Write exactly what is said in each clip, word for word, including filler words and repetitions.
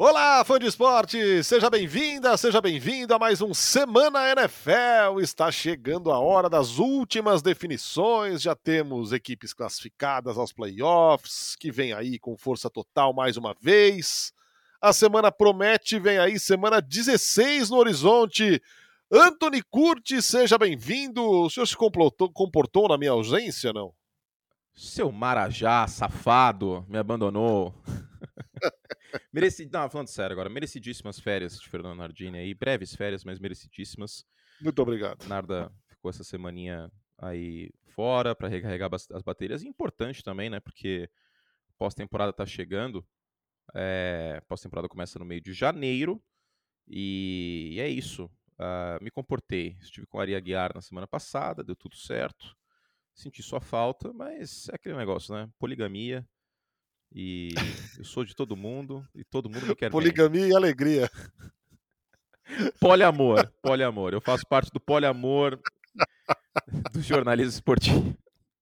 Olá, fã de esporte! Seja bem-vinda, seja bem-vindo a mais um Semana N F L. Está chegando a hora das últimas definições. Já temos equipes classificadas aos playoffs, que vem aí com força total mais uma vez. A semana promete, vem aí semana dezesseis no horizonte. Anthony Curti, seja bem-vindo. O senhor se comportou, comportou na minha ausência, não? Seu Marajá, safado, me abandonou. Mereci... Não, falando sério agora, merecidíssimas férias de Fernando Nardini aí, breves férias, mas merecidíssimas. Muito obrigado. Narda ficou essa semaninha aí fora para recarregar as baterias. E importante também, né, porque pós-temporada tá chegando, é... pós-temporada começa no meio de janeiro, e, e é isso. Uh, me comportei, estive com a Ari Aguiar na semana passada, deu tudo certo. Senti sua falta, mas é aquele negócio, né, poligamia. E eu sou de todo mundo e todo mundo me quer Poligamia bem. e alegria. Poliamor, poliamor. Eu faço parte do poliamor do jornalismo esportivo.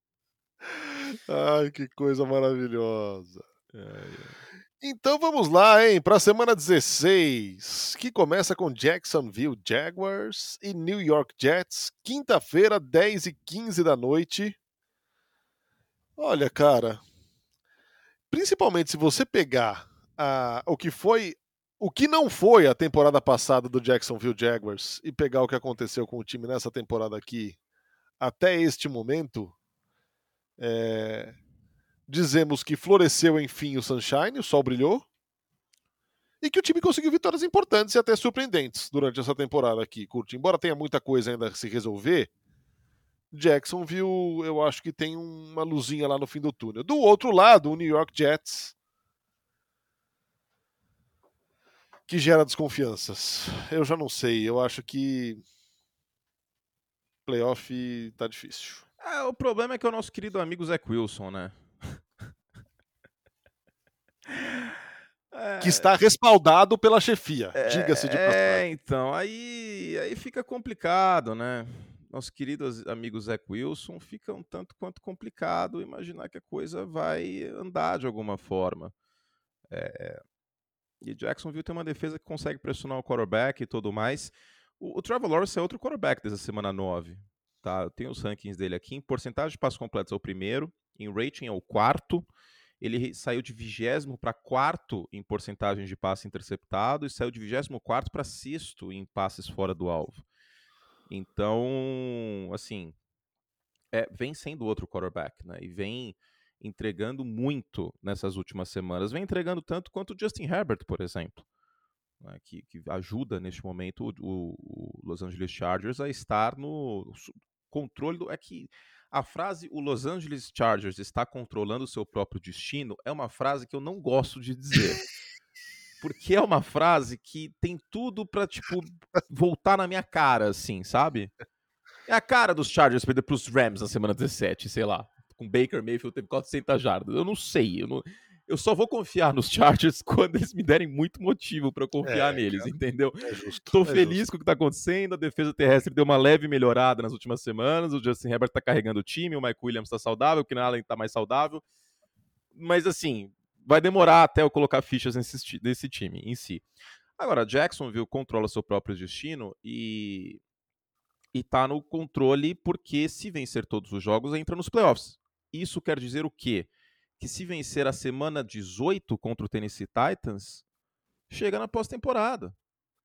Ai, que coisa maravilhosa. É, é. Então vamos lá, hein, para a semana dezesseis, que começa com Jacksonville Jaguars e New York Jets, quinta-feira, dez e quinze da noite. Olha, cara, principalmente se você pegar a, o que foi, o que não foi a temporada passada do Jacksonville Jaguars e pegar o que aconteceu com o time nessa temporada aqui até este momento, é, dizemos que floresceu enfim o sunshine, o sol brilhou, e que o time conseguiu vitórias importantes e até surpreendentes durante essa temporada aqui, Curte. Embora tenha muita coisa ainda a se resolver, Jacksonville, eu acho que tem uma luzinha lá no fim do túnel. Do outro lado, o New York Jets, que gera desconfianças. Eu já não sei, eu acho que playoff tá difícil. Ah, o problema é que é o nosso querido amigo Zach Wilson, né? Que está respaldado pela chefia, diga-se de É, é, passagem. então, aí, aí fica complicado, né? Nosso querido amigo Zach Wilson fica um tanto quanto complicado imaginar que a coisa vai andar de alguma forma. É, e Jacksonville tem uma defesa que consegue pressionar o quarterback e tudo mais. O, o Trevor Lawrence é outro quarterback dessa semana nove. Tá? Eu tenho os rankings dele aqui. Em porcentagem de passos completos é o primeiro, em rating é o quarto. Ele saiu de vigésimo para quarto em porcentagem de passe interceptado e saiu de vigésimo quarto para sexto em passes fora do alvo. Então, assim, é, vem sendo outro quarterback, né? E vem entregando muito nessas últimas semanas. Vem entregando tanto quanto o Justin Herbert, por exemplo, né? que, que ajuda neste momento o, o, o Los Angeles Chargers a estar no controle do... É que a frase "o Los Angeles Chargers está controlando o seu próprio destino" é uma frase que eu não gosto de dizer. Porque é uma frase que tem tudo pra, tipo, voltar na minha cara, assim, sabe? É a cara dos Chargers perder pros Rams na semana dezessete, sei lá. Com Baker Mayfield teve quatrocentas jardas. Eu não sei, eu, não... eu só vou confiar nos Chargers quando eles me derem muito motivo pra eu confiar É, neles, cara, entendeu? é justo. Tô é feliz justo. com o que tá acontecendo, a defesa terrestre deu uma leve melhorada nas últimas semanas, o Justin Herbert tá carregando o time, o Mike Williams tá saudável, o Keenan Allen tá mais saudável, mas assim, vai demorar até eu colocar fichas nesse, nesse time em si. Agora, Jacksonville controla seu próprio destino e e tá no controle porque se vencer todos os jogos entra nos playoffs. Isso quer dizer o quê? Que se vencer a semana dezoito contra o Tennessee Titans, chega na pós-temporada.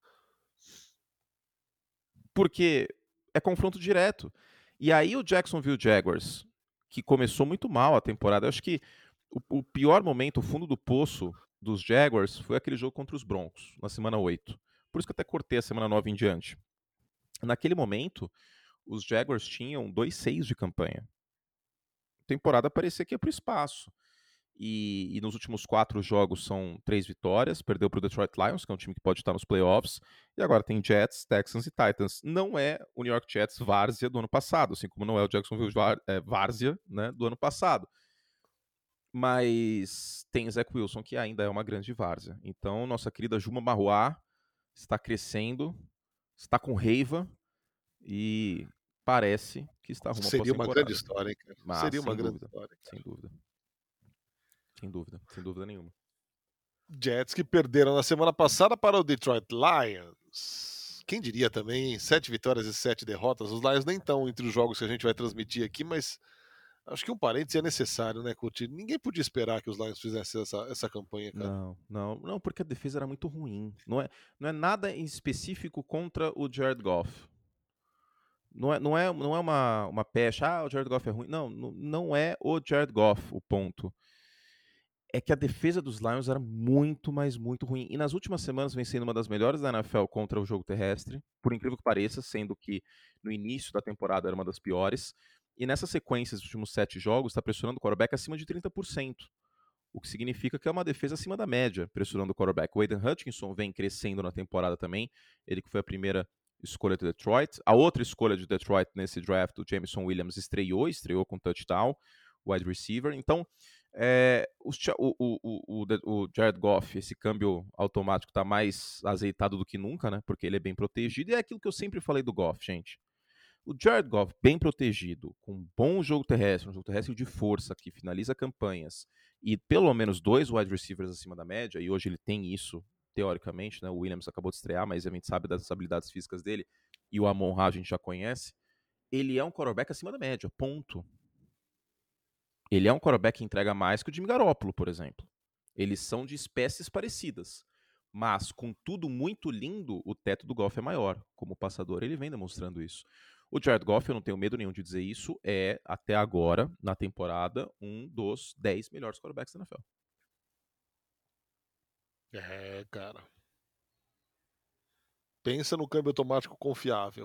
Porque é confronto direto. E aí o Jacksonville Jaguars, que começou muito mal a temporada, eu acho que o, o pior momento, o fundo do poço dos Jaguars foi aquele jogo contra os Broncos, na semana oito. Por isso que eu até cortei a semana nove em diante. Naquele momento, os Jaguars tinham dois seis de campanha. A temporada parecia que ia para o espaço. E, e nos últimos quatro jogos são três vitórias. Perdeu para o Detroit Lions, que é um time que pode estar nos playoffs. E agora tem Jets, Texans e Titans. Não é o New York Jets várzea do ano passado, assim como não é o Jacksonville é, várzea, né, do ano passado. Mas tem Zach Wilson, que ainda é uma grande várzea. Então, nossa querida Juma Marruá está crescendo, está com raiva e parece que está rumo à Seria uma grande pós-temporada. história, hein, cara? Mas, Seria uma sem grande dúvida, história, cara. sem dúvida. Sem dúvida, sem dúvida nenhuma. Jets que perderam na semana passada para o Detroit Lions. Quem diria também, sete vitórias e sete derrotas. Os Lions nem estão entre os jogos que a gente vai transmitir aqui, mas acho que um parênteses é necessário, né, Coutinho? Ninguém podia esperar que os Lions fizessem essa, essa campanha, cara. Não, não, não, porque a defesa era muito ruim. Não é, não é nada em específico contra o Jared Goff. Não é, não é, não é uma, uma pecha, ah, o Jared Goff é ruim. Não, não, não é o Jared Goff o ponto. É que a defesa dos Lions era muito, mas muito ruim. E nas últimas semanas vem sendo uma das melhores da N F L contra o jogo terrestre, por incrível que pareça, sendo que no início da temporada era uma das piores. E nessa sequência dos últimos sete jogos, está pressionando o quarterback acima de trinta por cento. O que significa que é uma defesa acima da média, pressionando o quarterback. O Aiden Hutchinson vem crescendo na temporada também. Ele que foi a primeira escolha de Detroit. A outra escolha de Detroit nesse draft, o Jameson Williams, estreou, estreou com touchdown, wide receiver. Então, é, o, o, o, o Jared Goff, esse câmbio automático está mais azeitado do que nunca, né? Porque ele é bem protegido. E é aquilo que eu sempre falei do Goff, gente. O Jared Goff, bem protegido, com um bom jogo terrestre, um jogo terrestre de força, que finaliza campanhas, e pelo menos dois wide receivers acima da média, e hoje ele tem isso, teoricamente, né? O Williams acabou de estrear, mas a gente sabe das habilidades físicas dele, e o Amon-Ra a gente já conhece. Ele é um quarterback acima da média, ponto. Ele é um quarterback que entrega mais que o Jimmy Garoppolo, por exemplo. Eles são de espécies parecidas. Mas, com tudo muito lindo, o teto do Goff é maior. Como passador, ele vem demonstrando isso. O Jared Goff, eu não tenho medo nenhum de dizer isso, é, até agora, na temporada, um dos dez melhores quarterbacks da N F L. É, cara. Pensa no câmbio automático confiável.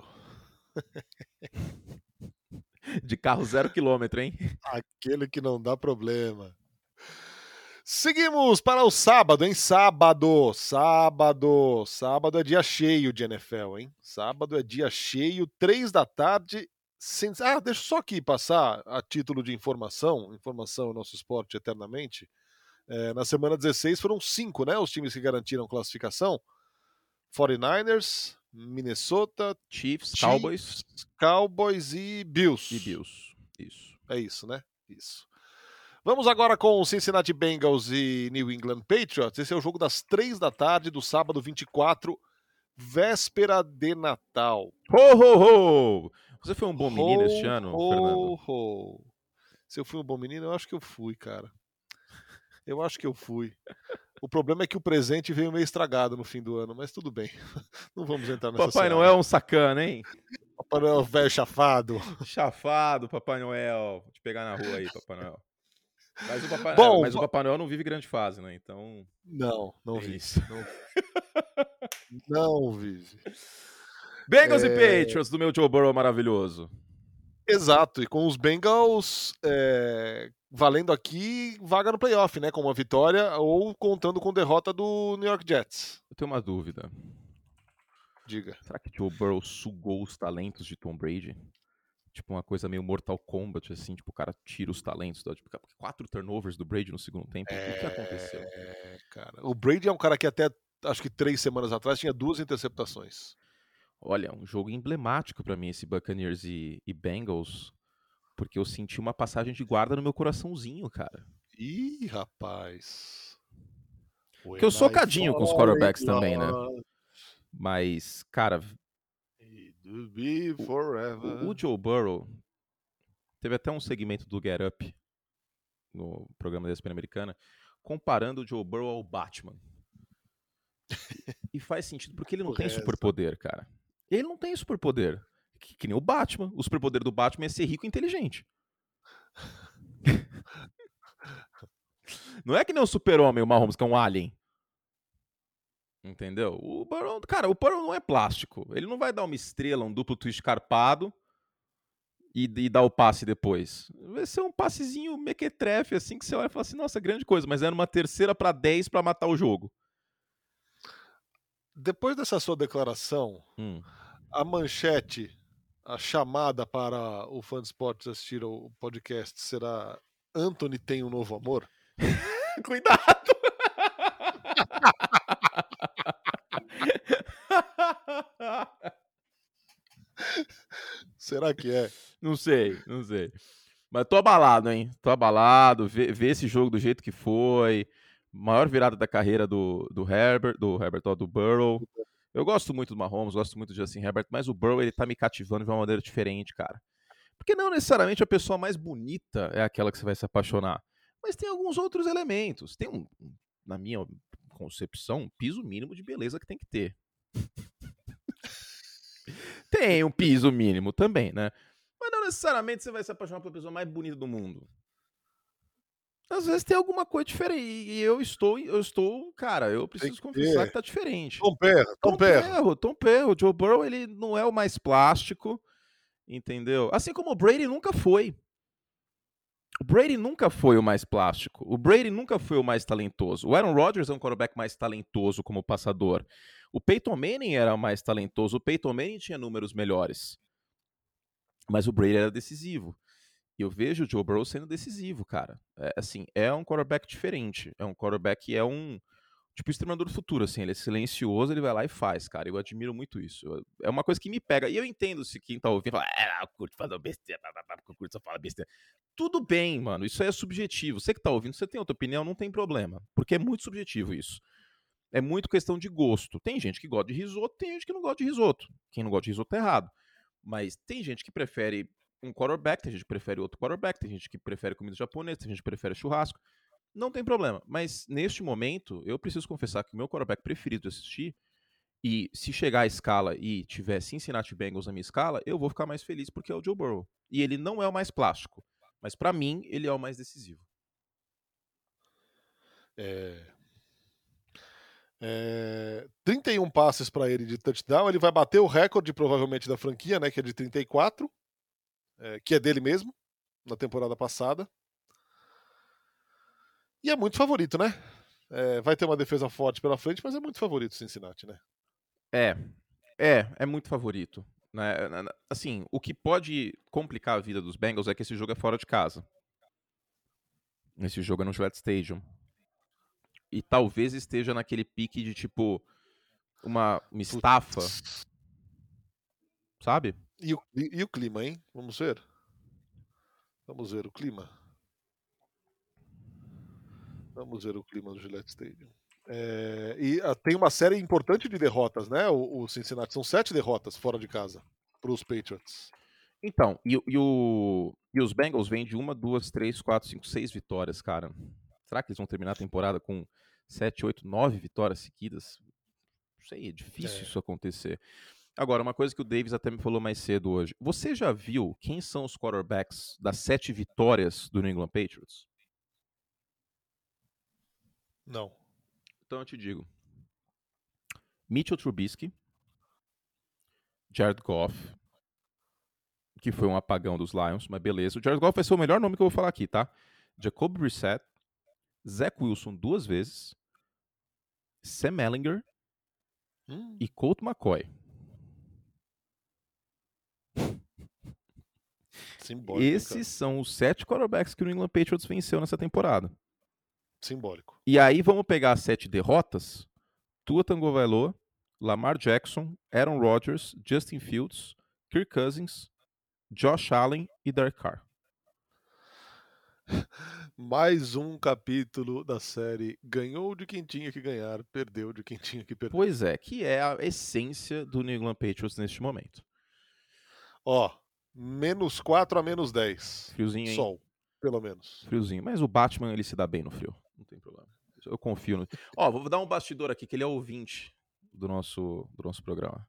De carro zero quilômetro, hein? Aquele que não dá problema. Seguimos para o sábado, hein? Sábado, sábado, sábado é dia cheio de N F L, hein? Sábado é dia cheio, três da tarde. Sem... Ah, deixa eu só aqui passar a título de informação, informação é nosso esporte eternamente. É, na semana dezesseis foram cinco, né? Os times que garantiram classificação. forty-niners, Minnesota, Chiefs, Chiefs, Cowboys. Cowboys e Bills. E Bills, isso. É isso, né? Isso. Vamos agora com o Cincinnati Bengals e New England Patriots. Esse é o jogo das três da tarde do sábado vinte e quatro, véspera de Natal. Ho, ho, ho! Você foi um bom Ho, menino este ano, ho, Fernando? Ho. Se eu fui um bom menino, eu acho que eu fui, cara. Eu acho que eu fui. O problema é que o presente veio meio estragado no fim do ano, mas tudo bem. Não vamos entrar nessa Papai seara. Noel é um sacana, hein? Papai Noel velho chafado. Chafado, Papai Noel. Vou te pegar na rua aí, Papai Noel. Mas o Papai, Bom, é, mas o Papai Noel não vive grande fase, né? Então. Não, não é vive. Isso. Não, não vive. Bengals É... e Patriots do meu Joe Burrow maravilhoso. Exato, e com os Bengals é... valendo aqui vaga no playoff, né? Com uma vitória ou contando com derrota do New York Jets. Eu tenho uma dúvida. Diga. Será que Joe Burrow sugou os talentos de Tom Brady? Tipo, uma coisa meio Mortal Kombat, assim, tipo, o cara tira os talentos, tipo, quatro turnovers do Brady no segundo tempo. É... O que aconteceu? É, cara. O Brady é um cara que até, acho que três semanas atrás, tinha duas interceptações. Olha, um jogo emblemático pra mim, esse Buccaneers e, e Bengals, porque eu senti uma passagem de guarda no meu coraçãozinho, cara. Ih, rapaz. Porque eu sou cadinho com os quarterbacks também, né? Mas, cara... O, o Joe Burrow teve até um segmento do Get Up no programa da E S P N americana comparando o Joe Burrow ao Batman. E faz sentido porque ele não tem superpoder, cara. Ele não tem superpoder. Que, que nem o Batman. O superpoder do Batman é ser rico e inteligente. Não é que nem o Super-Homem, o Mahomes, que é um alien. Entendeu? O Burrow, cara, o Burrow não é plástico. Ele não vai dar uma estrela, um duplo twist carpado e, e dar o passe depois. Vai ser um passezinho mequetrefe, assim, que você olha e fala assim, nossa, grande coisa, mas era uma terceira para dez para matar o jogo. Depois dessa sua declaração, hum. a manchete, a chamada para o fã de esportes assistir ao podcast será Anthony tem um novo amor? Cuidado! Será que é? Não sei, não sei. Mas tô abalado, hein? Tô abalado. Ver, ver esse jogo do jeito que foi. Maior virada da carreira do, do Herbert, do Herbert, ó, do Burrow. Eu gosto muito do Mahomes, gosto muito do Justin Herbert, mas o Burrow, ele tá me cativando de uma maneira diferente, cara. Porque não necessariamente a pessoa mais bonita é aquela que você vai se apaixonar. Mas tem alguns outros elementos. Tem um, na minha concepção, um piso mínimo de beleza que tem que ter. Tem um piso mínimo também, né? Mas não necessariamente você vai se apaixonar pela pessoa mais bonita do mundo. Às vezes tem alguma coisa diferente. E eu estou, eu estou, cara, eu preciso confessar que tá diferente. Tom Perro, Tom, Tom Perro. Perro, Tom Perro. Joe Burrow, ele não é o mais plástico, entendeu? Assim como o Brady nunca foi. O Brady nunca foi o mais plástico. O Brady nunca foi o mais talentoso. O Aaron Rodgers é um quarterback mais talentoso como passador. O Peyton Manning era o mais talentoso. O Peyton Manning tinha números melhores. Mas o Brady era decisivo. E eu vejo o Joe Burrow sendo decisivo, cara. É, assim, é um quarterback diferente. É um quarterback que é um... Tipo, o exterminador do futuro, assim. Ele é silencioso, ele vai lá e faz, cara. Eu admiro muito isso. Eu, é uma coisa que me pega. E eu entendo se quem tá ouvindo fala, é, eu curto fazer besteira, eu curto só falar besteira. Tudo bem, mano. Isso aí é subjetivo. Você que tá ouvindo, você tem outra opinião, não tem problema. Porque é muito subjetivo isso. É muito questão de gosto. Tem gente que gosta de risoto, tem gente que não gosta de risoto. Quem não gosta de risoto tá errado. Mas tem gente que prefere um quarterback, tem gente que prefere outro quarterback, tem gente que prefere comida japonesa, tem gente que prefere churrasco. Não tem problema. Mas neste momento, eu preciso confessar que o meu quarterback preferido de assistir, e se chegar à escala e tiver Cincinnati Bengals na minha escala, eu vou ficar mais feliz porque é o Joe Burrow. E ele não é o mais plástico. Mas pra mim, ele é o mais decisivo. É... É... trinta e um passes para ele de touchdown. Ele vai bater o recorde provavelmente da franquia, né? Que é de trinta e quatro. É... Que é dele mesmo, na temporada passada. E é muito favorito, né? É... Vai ter uma defesa forte pela frente, mas é muito favorito o Cincinnati, né? É, é, é muito favorito. Né? Assim, o que pode complicar a vida dos Bengals é que esse jogo é fora de casa. Esse jogo é no Gillette Stadium. E talvez esteja naquele pique de tipo uma, uma estafa, Putz. sabe? E o, e, e o clima, hein? Vamos ver. Vamos ver o clima. Vamos ver o clima do Gillette Stadium. É, e a, tem uma série importante de derrotas, né? O, o Cincinnati são sete derrotas fora de casa para os Patriots. Então, e, e, o, e os Bengals vêm de uma, duas, três, quatro, cinco, seis vitórias, cara. Será que eles vão terminar a temporada com sete, oito, nove vitórias seguidas? Não sei, é difícil É. isso acontecer. Agora, uma coisa que o Davis até me falou mais cedo hoje. Você já viu quem são os quarterbacks das sete vitórias do New England Patriots? Não. Então eu te digo. Mitchell Trubisky, Jared Goff, que foi um apagão dos Lions, mas beleza. O Jared Goff vai ser o melhor nome que eu vou falar aqui, tá? Jacoby Brissett, Zach Wilson duas vezes, Sam Ehlinger hum. e Colt McCoy. Simbólico, Esses hein, são os sete quarterbacks que o New England Patriots venceu nessa temporada. Simbólico. E aí vamos pegar as sete derrotas. Tua Tagovailoa, Lamar Jackson, Aaron Rodgers, Justin Fields, Kirk Cousins, Josh Allen e Derek Carr. Mais um capítulo da série ganhou de quem tinha que ganhar, perdeu de quem tinha que perder. Pois é, que é a essência do New England Patriots neste momento. Ó, menos quatro a menos dez. Friozinho, hein? Sol, pelo menos. Friozinho. Mas o Batman, ele se dá bem no frio. Não tem problema. Eu confio no... Ó, vou dar um bastidor aqui, que ele é ouvinte do nosso, do nosso programa.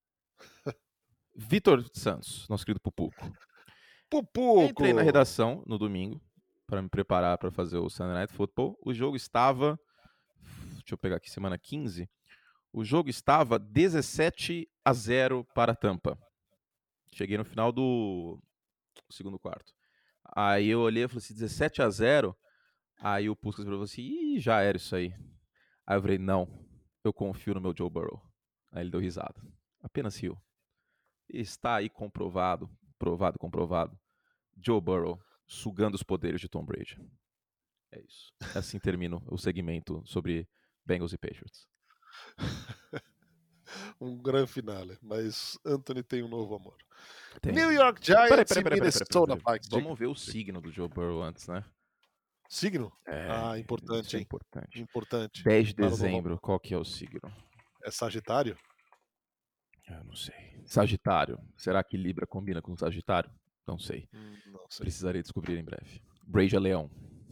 Vitor Santos, nosso querido Pupuco. Pupuco! Entrei na redação no domingo para me preparar para fazer o Sunday Night Football. O jogo estava... Deixa eu pegar aqui, semana quinze. O jogo estava dezessete a zero para a Tampa. Cheguei no final do segundo quarto. Aí eu olhei e falei assim, dezessete a zero. Aí o Puskas falou assim, ih, já era isso aí. Aí eu falei, não, eu confio no meu Joe Burrow. Aí ele deu risada. Apenas riu. Está aí comprovado, provado, comprovado. Joe Burrow sugando os poderes de Tom Brady. É isso. Assim termino o segmento sobre Bengals e Patriots. Um grande finale, mas Anthony tem um novo amor. Tem. New York Giants Peraí, peraí, e peraí, peraí, Minnesota peraí. Vikings. Vamos ver o signo do Joe Burrow antes, né? Signo? É, Ah, importante, isso é hein? importante. Importante. dez de Para não dezembro, qual que é o signo? É Sagitário? Eu não sei. Sagitário. Será que Libra combina com Sagitário? Não sei. Hum, não sei. Precisarei descobrir em breve. Brave é Leão.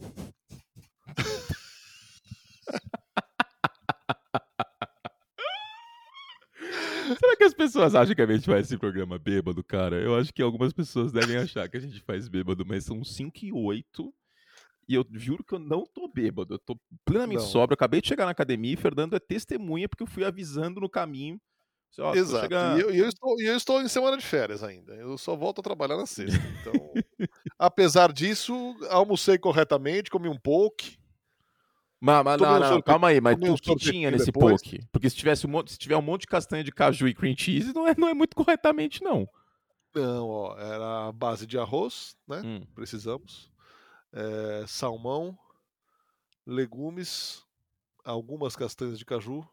Será que as pessoas acham que a gente faz esse programa bêbado, cara? Eu acho que algumas pessoas devem achar que a gente faz bêbado, mas são cinco e oito. E eu juro que eu não tô bêbado. Eu tô plenamente Não. sóbrio. Eu acabei de chegar na academia e Fernando é testemunha porque eu fui avisando no caminho. Ó, tô Exato. E chegando. eu, e eu estou, e eu estou em semana de férias ainda. Eu só volto a trabalhar na sexta. Então, apesar disso, almocei corretamente, comi um poke, Mas, mas tomei não, um não, não, sorvete, calma aí, mas tomei tu um que tinha sorvetinho nesse depois. poke? Porque se, tivesse um monte, se tiver um monte de castanha de caju e cream cheese, não é, não é muito corretamente, não. Não, ó, era a base de arroz, né? Hum. Precisamos. É, salmão, legumes, algumas castanhas de caju.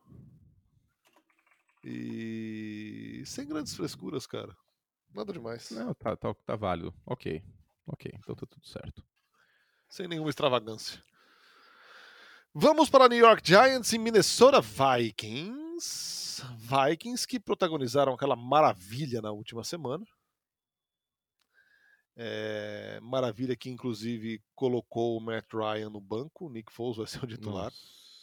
E sem grandes frescuras, cara. Nada demais. Não, tá, tá, tá válido. Ok. Ok, então tá tudo certo. Sem nenhuma extravagância. Vamos para New York Giants e Minnesota Vikings. Vikings que protagonizaram aquela maravilha na última semana. É, maravilha que inclusive colocou o Matt Ryan no banco. O Nick Foles vai ser o titular.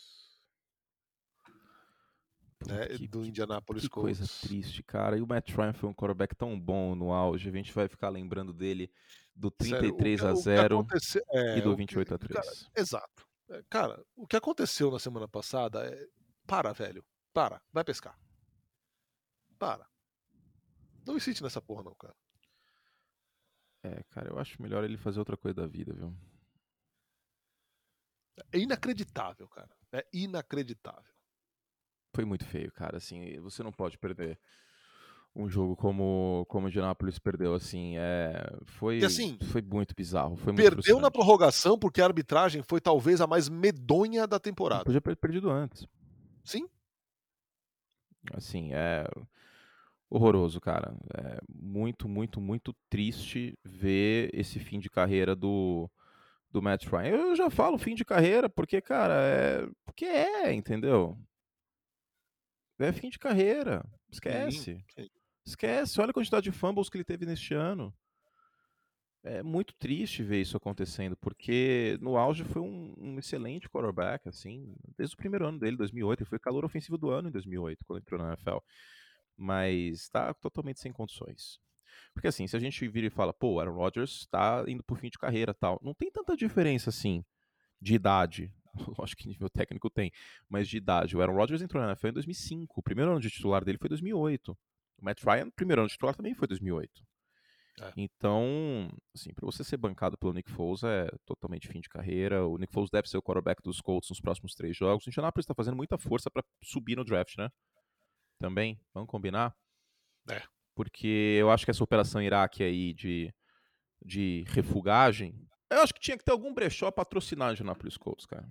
Né, que, do que, Indianapolis que coisa Colts. triste, cara. E o Matt Ryan foi um quarterback tão bom no auge. A gente vai ficar lembrando dele do Sério, o que, trinta e três a o que zero aconteceu. e É, do o vinte e que, oito a cara, três. exato. É, cara, o que aconteceu na semana passada é. Para, velho. Para. Vai pescar. Para. Não insiste nessa porra, não, cara. É, cara, eu acho melhor ele fazer outra coisa da vida, viu? É inacreditável, cara. É inacreditável. Foi muito feio, cara. Assim, você não pode perder um jogo como, como o Indianapolis perdeu, assim. É, E foi, assim, foi muito bizarro, foi muito perdeu na frustrante. prorrogação porque a arbitragem foi talvez a mais medonha da temporada. Podia ter perdido antes. Sim? Assim, é horroroso, cara. É muito, muito, muito triste ver esse fim de carreira do, do Matt Ryan. Eu já falo fim de carreira porque, cara, é. Porque é, entendeu? É fim de carreira. Sim, Esquece. sim. Esquece. Olha a quantidade de fumbles que ele teve neste ano. É muito triste ver isso acontecendo, porque no auge foi um, um excelente quarterback, assim, desde o primeiro ano dele, dois mil e oito. Ele foi calor ofensivo do ano em dois mil e oito, quando entrou na N F L. Mas está totalmente sem condições. Porque assim, se a gente vira e fala, pô, o Aaron Rodgers está indo pro fim de carreira tal, não tem tanta diferença assim de idade. Lógico que nível técnico tem, mas de idade. O Aaron Rodgers entrou na N F L em dois mil e cinco, o primeiro ano de titular dele foi dois mil e oito. O Matt Ryan, primeiro ano de titular também foi dois mil e oito. É. Então, assim, para você ser bancado pelo Nick Foles é totalmente fim de carreira. O Nick Foles deve ser o quarterback dos Colts nos próximos três jogos. O Indianapolis está fazendo muita força para subir no draft, né? Também, vamos combinar? É. Porque eu acho que essa operação Iraque aí de, de refugagem, eu acho que tinha que ter algum brechó patrocinar o Indianapolis Colts, cara.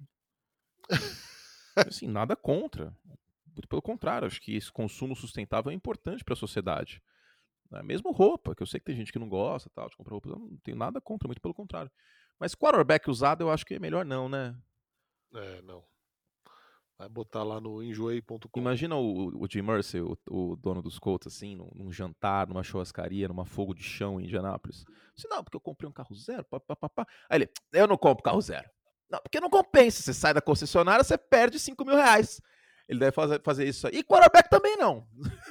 Assim, nada contra. Muito pelo contrário, acho que esse consumo sustentável é importante para a sociedade. Né? Mesmo roupa, que eu sei que tem gente que não gosta, tal, de comprar roupa, eu não tenho nada contra, muito pelo contrário. Mas quarterback usado eu acho que é melhor não, né? É, não. Vai botar lá no enjoei ponto com. Imagina o, o Jim Mercer, o, o dono dos Colts, assim, num, num jantar, numa churrascaria, numa fogo de chão em Indianápolis. Assim, não, porque eu comprei um carro zero, papapá. Aí ele, eu não compro carro zero. Não, porque não compensa. Você sai da concessionária, você perde cinco mil reais. Ele deve fazer, fazer isso aí. E quarterback também não.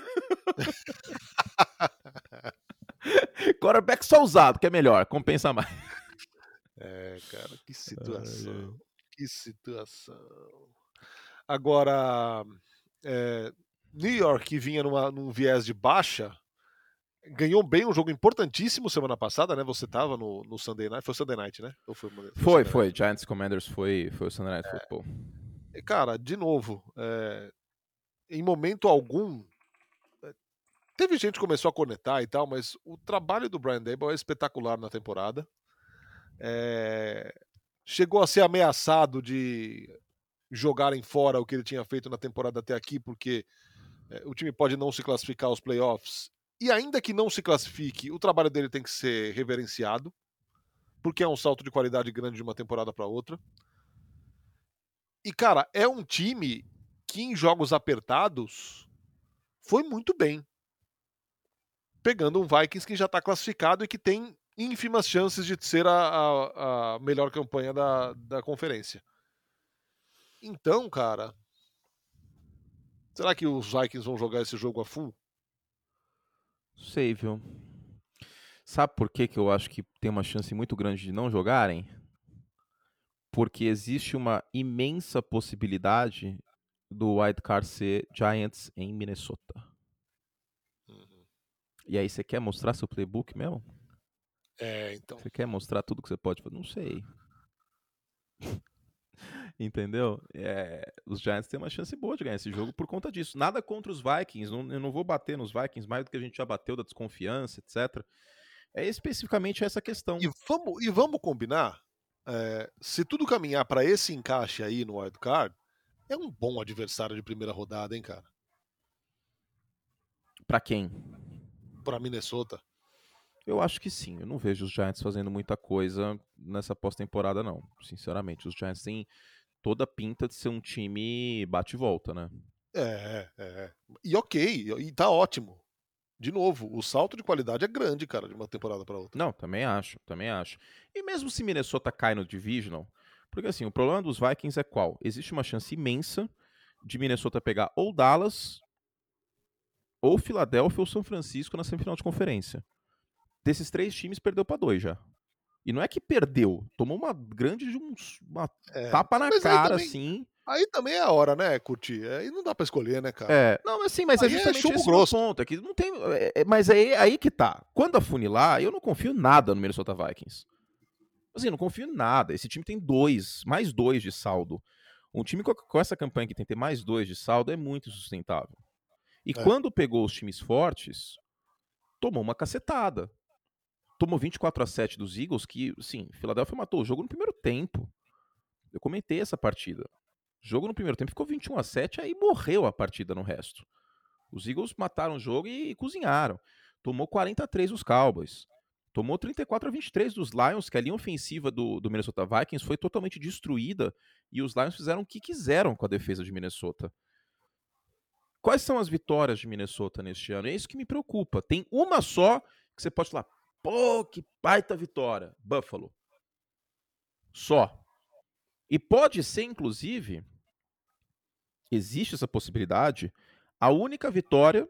Quarterback só usado, que é melhor, compensa mais. É, cara, que situação. Ai, ai. Que situação. Agora, é, New York, que vinha numa, num viés de baixa, ganhou bem um jogo importantíssimo semana passada, né? Você tava no, no Sunday Night. Foi o Sunday Night, né? Ou foi, foi o Foi, Sunday foi. Night? Giants Commanders foi, foi o Sunday Night Football. É, cara, de novo, é, em momento algum. é, Teve gente que começou a conectar e tal, mas o trabalho do Brian Daboll é espetacular na temporada. É, chegou a ser ameaçado de jogarem fora o que ele tinha feito na temporada até aqui, porque é, o time pode não se classificar aos playoffs. E ainda que não se classifique, o trabalho dele tem que ser reverenciado, porque é um salto de qualidade grande de uma temporada para outra. E, cara, é um time que em jogos apertados foi muito bem. Pegando um Vikings que já está classificado e que tem ínfimas chances de ser a, a, a melhor campanha da, da conferência. Então, cara, será que os Vikings vão jogar esse jogo a full? Sei, viu? Sabe por que, que eu acho que tem uma chance muito grande de não jogarem? Porque existe uma imensa possibilidade do wildcard ser Giants em Minnesota. Uhum. E aí você quer mostrar seu playbook mesmo? É, então. Você quer mostrar tudo que você pode fazer? Não sei. Entendeu? É, os Giants têm uma chance boa de ganhar esse jogo por conta disso. Nada contra os Vikings. Não, eu não vou bater nos Vikings mais do que a gente já bateu da desconfiança, etcétera. É especificamente essa questão. E vamos, e vamos combinar, é, se tudo caminhar para esse encaixe aí no wildcard, é um bom adversário de primeira rodada, hein, cara? Pra quem? Para Minnesota. Eu acho que sim. Eu não vejo os Giants fazendo muita coisa nessa pós-temporada, não. Sinceramente, os Giants têm toda a pinta de ser um time bate e volta, né? É, é. E ok, e tá ótimo. De novo, o salto de qualidade é grande, cara, de uma temporada para outra. Não, também acho, também acho. E mesmo se Minnesota cai no Divisional, porque assim, o problema dos Vikings é qual? Existe uma chance imensa de Minnesota pegar ou Dallas, ou Filadélfia, ou São Francisco na semifinal de conferência. Desses três times, perdeu para dois já. E não é que perdeu, tomou uma grande uma É, tapa na mas aí cara, também, assim. aí também é a hora, né, curtir? Aí não dá pra escolher, né, cara? É, não, assim, mas é Aí é justamente chumbo esse meu grosso. ponto. É que não tem, é, é, mas é aí que tá. Quando afunilar, eu não confio nada no Minnesota Vikings. Assim, não confio em nada. Esse time tem dois, mais dois de saldo. Um time com, com essa campanha que tem que ter mais dois de saldo é muito sustentável. E É. quando pegou os times fortes, tomou uma cacetada. Tomou vinte e quatro a sete dos Eagles, que, sim, Philadelphia matou o jogo no primeiro tempo. Eu comentei essa partida. O jogo no primeiro tempo ficou vinte e um a sete, aí morreu a partida no resto. Os Eagles mataram o jogo e, e cozinharam. Tomou quarenta a três dos Cowboys. Tomou trinta e quatro a vinte e três dos Lions, que a linha ofensiva do, do Minnesota Vikings foi totalmente destruída e os Lions fizeram o que quiseram com a defesa de Minnesota. Quais são as vitórias de Minnesota neste ano? É isso que me preocupa. Tem uma só que você pode falar, pô, que baita vitória. Buffalo. Só. E pode ser, inclusive, existe essa possibilidade, a única vitória.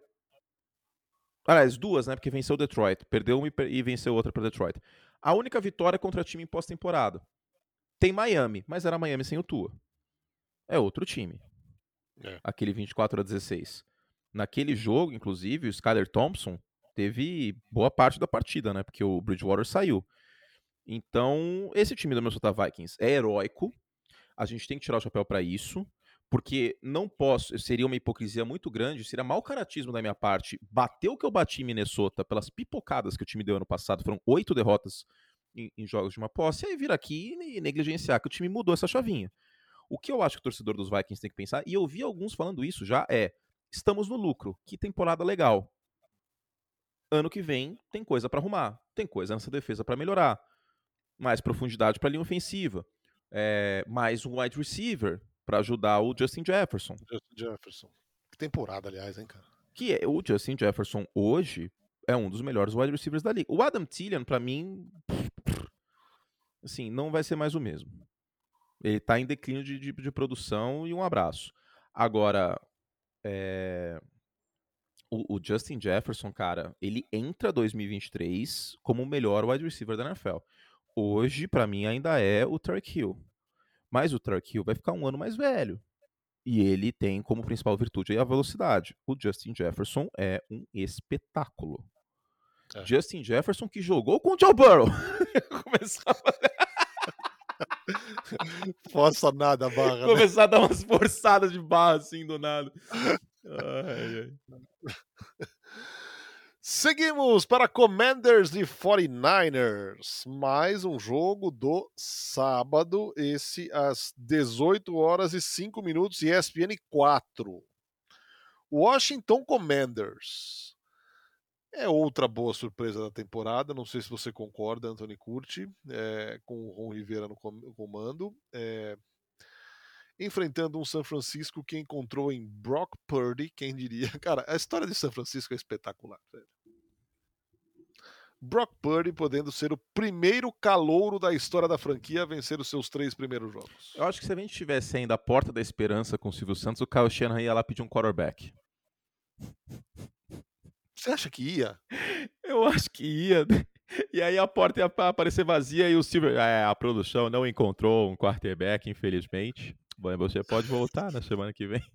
Aliás, duas, né? Porque venceu o Detroit. Perdeu uma e venceu outra para Detroit. A única vitória contra time em pós-temporada. Tem Miami, mas era Miami sem o Tua. É outro time. É. Aquele vinte e quatro a dezesseis. Naquele jogo, inclusive, o Skyler Thompson teve boa parte da partida, né? Porque o Bridgewater saiu. Então, esse time do Minnesota Vikings é heróico. A gente tem que tirar o chapéu para isso. Porque não posso, seria uma hipocrisia muito grande, seria mau caratismo da minha parte bater o que eu bati em Minnesota pelas pipocadas que o time deu ano passado, foram oito derrotas em, em jogos de uma posse, e aí vir aqui e negligenciar que o time mudou essa chavinha. O que eu acho que o torcedor dos Vikings tem que pensar, e eu vi alguns falando isso já, é: estamos no lucro, que temporada legal. Ano que vem tem coisa para arrumar, tem coisa nessa defesa para melhorar, mais profundidade para linha ofensiva, é, mais um wide receiver para ajudar o Justin Jefferson. Justin Jefferson. Que temporada, aliás, hein, cara? Que é, o Justin Jefferson hoje é um dos melhores wide receivers da liga. O Adam Thielen, para mim, assim, não vai ser mais o mesmo. Ele tá em declínio de, de, de produção e um abraço. Agora, é, o, o Justin Jefferson, cara, ele entra dois mil e vinte e três como o melhor wide receiver da N F L. Hoje, para mim, ainda é o Tyreek Hill. Mas o Tyreek Hill vai ficar um ano mais velho. E ele tem como principal virtude a velocidade. O Justin Jefferson é um espetáculo. É. Justin Jefferson que jogou com o Joe Burrow. Começava... Força nada a barra, né? Começar a dar umas forçadas de barra assim do nada. Ai, ai. Seguimos para Commanders e forty-niners. Mais um jogo do sábado, esse às dezoito horas e cinco minutos, E S P N quatro. Washington Commanders. É outra boa surpresa da temporada. Não sei se você concorda, Anthony Curti, é, com o Ron Rivera no comando. É, enfrentando um San Francisco que encontrou em Brock Purdy, quem diria. Cara, a história de San Francisco é espetacular, velho. Brock Purdy podendo ser o primeiro calouro da história da franquia a vencer os seus três primeiros jogos. Eu acho que se a gente tivesse ainda a porta da esperança com o Silvio Santos, o Kyle Shanahan ia lá pedir um quarterback. Você acha que ia? Eu acho que ia. E aí a porta ia aparecer vazia e o Silvio... É, a produção não encontrou um quarterback, infelizmente. Bom, você pode voltar na semana que vem.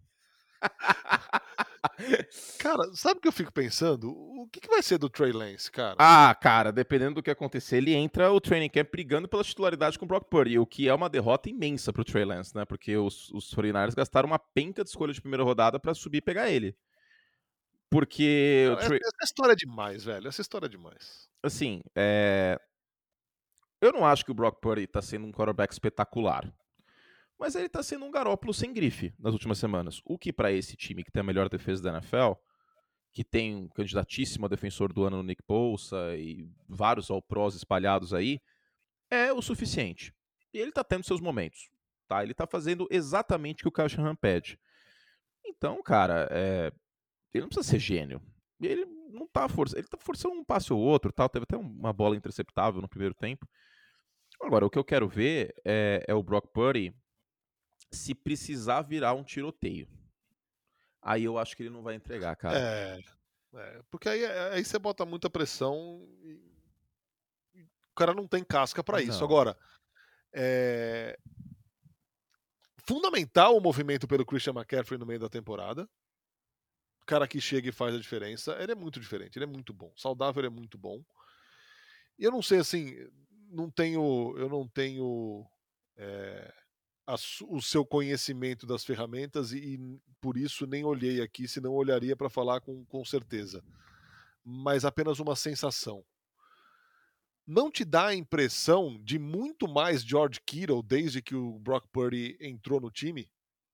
Cara, sabe o que eu fico pensando? O que, que vai ser do Trey Lance, cara? Ah, cara, dependendo do que acontecer, ele entra o training camp brigando pela titularidade com o Brock Purdy, o que é uma derrota imensa pro Trey Lance, né? Porque os, os forty-niners gastaram uma penca de escolha de primeira rodada pra subir e pegar ele. Porque Não, o essa, Trey... essa história é demais, velho. Essa história é demais. Assim, é... eu não acho que o Brock Purdy tá sendo um quarterback espetacular. Mas ele tá sendo um Garoppolo sem grife nas últimas semanas. O que pra esse time que tem a melhor defesa da N F L, que tem um candidatíssimo a defensor do ano no Nick Bosa e vários All-Pros espalhados aí, é o suficiente. E ele tá tendo seus momentos. Tá? Ele tá fazendo exatamente o que o Kyle Shanahan pede. Então, cara, é... ele não precisa ser gênio. Ele não tá forçando. Ele tá forçando um passe ou outro, tal. Teve até uma bola interceptável no primeiro tempo. Agora, o que eu quero ver é, é o Brock Purdy se precisar virar um tiroteio. Aí eu acho que ele não vai entregar, cara. É, é porque aí, aí você bota muita pressão e o cara não tem casca pra isso. Não. Agora, é fundamental o movimento pelo Christian McCaffrey no meio da temporada. O cara que chega e faz a diferença, ele é muito diferente, ele é muito bom. Saudável, ele é muito bom. E eu não sei, assim, não tenho, eu não tenho é, a, o seu conhecimento das ferramentas e, e por isso nem olhei aqui, senão olharia para falar com, com certeza. Mas apenas uma sensação. Não te dá a impressão de muito mais George Kittle desde que o Brock Purdy entrou no time?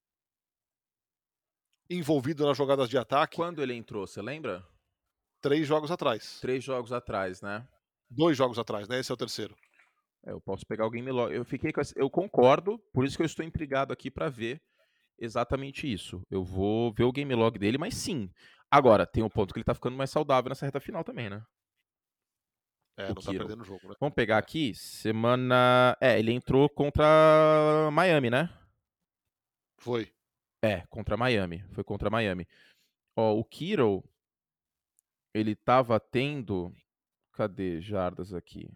Envolvido nas jogadas de ataque? Quando ele entrou, você lembra? Três jogos atrás. Três jogos atrás, né? Dois jogos atrás, né? Esse é o terceiro. É, eu posso pegar o game log. Eu fiquei com essa... Eu concordo, por isso que eu estou intrigado aqui para ver exatamente isso. Eu vou ver o game log dele, mas sim. Agora, tem um ponto que ele tá ficando mais saudável nessa reta final também, né? É, O não tá Kittle. perdendo o jogo, né? Vamos pegar aqui, semana... É, ele entrou contra Miami, né? Foi. É, contra Miami. Foi contra Miami. Ó, o Kittle, ele tava tendo... Cadê jardas aqui?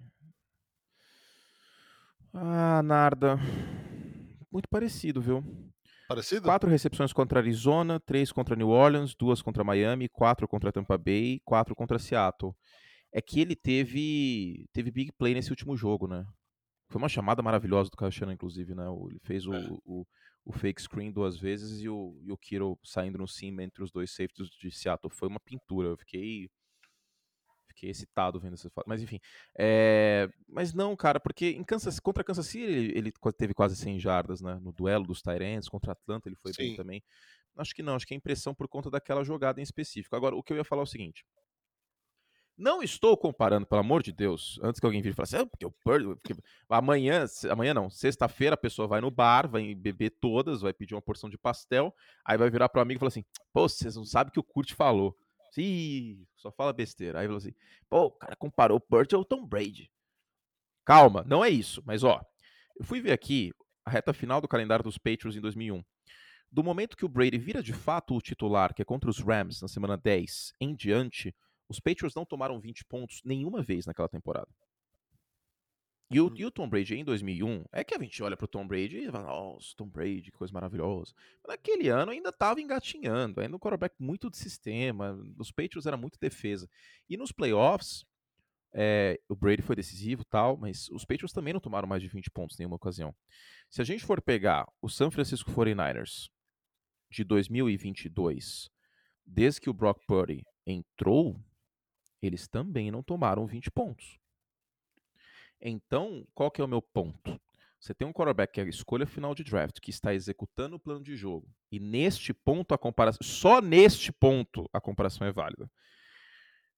Ah, Narda. Muito parecido, viu? Parecido? Quatro recepções contra Arizona, três contra New Orleans, duas contra Miami, quatro contra Tampa Bay, quatro contra Seattle. É que ele teve teve big play nesse último jogo, né? Foi uma chamada maravilhosa do Kyle Shanahan, inclusive, né? Ele fez o, É. o, o fake screen duas vezes e o, e o Kittle saindo no sim entre os dois safeties de Seattle. Foi uma pintura. Eu fiquei Fiquei excitado vendo essas fotos. Mas enfim. É... Mas não, cara, porque em Kansas, contra Kansas City ele, ele teve quase cem jardas, né? No duelo dos Tyrants, contra Atlanta ele foi Sim. bem também. Acho que não, acho que é impressão por conta daquela jogada em específico. Agora, o que eu ia falar é o seguinte. Não estou comparando, pelo amor de Deus, antes que alguém vire e fale assim, ah, porque eu perdo. Porque... Amanhã, amanhã não, sexta-feira a pessoa vai no bar, vai beber todas, vai pedir uma porção de pastel, aí vai virar pro amigo e falar assim, pô, vocês não sabem o que o Kurt falou. Ih, só fala besteira. Aí falou assim, pô, o cara comparou o Purdy ao Tom Brady. Calma, não é isso. Mas, ó, eu fui ver aqui a reta final do calendário dos Patriots em dois mil e um. Do momento que o Brady vira de fato o titular, que é contra os Rams na semana dez em diante, os Patriots não tomaram vinte pontos nenhuma vez naquela temporada. E o, Hum. e o Tom Brady em dois mil e um, é que a gente olha pro Tom Brady e fala, nossa, Tom Brady, que coisa maravilhosa. Mas naquele ano ainda estava engatinhando, ainda um quarterback muito de sistema, os Patriots era muito defesa. E nos playoffs, é, o Brady foi decisivo e tal, mas os Patriots também não tomaram mais de vinte pontos em nenhuma ocasião. Se a gente for pegar o San Francisco forty-niners de dois mil e vinte e dois, desde que o Brock Purdy entrou, eles também não tomaram vinte pontos. Então, qual que é o meu ponto? Você tem um quarterback que é a escolha final de draft, que está executando o plano de jogo, e neste ponto a comparação, só neste ponto a comparação é válida.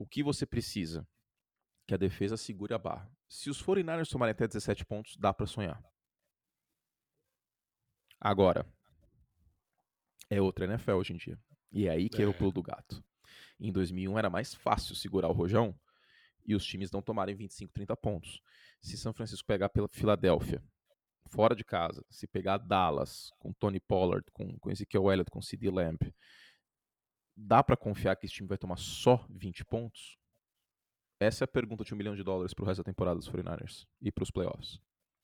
O que você precisa? Que a defesa segure a barra. Se os quarenta e nine ers tomarem até dezessete pontos, dá pra sonhar. Agora, é outra N F L hoje em dia. E é aí que é, é o pulo do gato. Em dois mil e um era mais fácil segurar o rojão e os times não tomarem vinte e cinco, trinta pontos. Se São Francisco pegar pela Filadélfia, fora de casa, se pegar Dallas, com Tony Pollard, com, com Ezekiel Elliott, com C D Lamb, dá pra confiar que esse time vai tomar só vinte pontos? Essa é a pergunta de um milhão de dólares pro resto da temporada dos quarenta e nine ers e pros playoffs.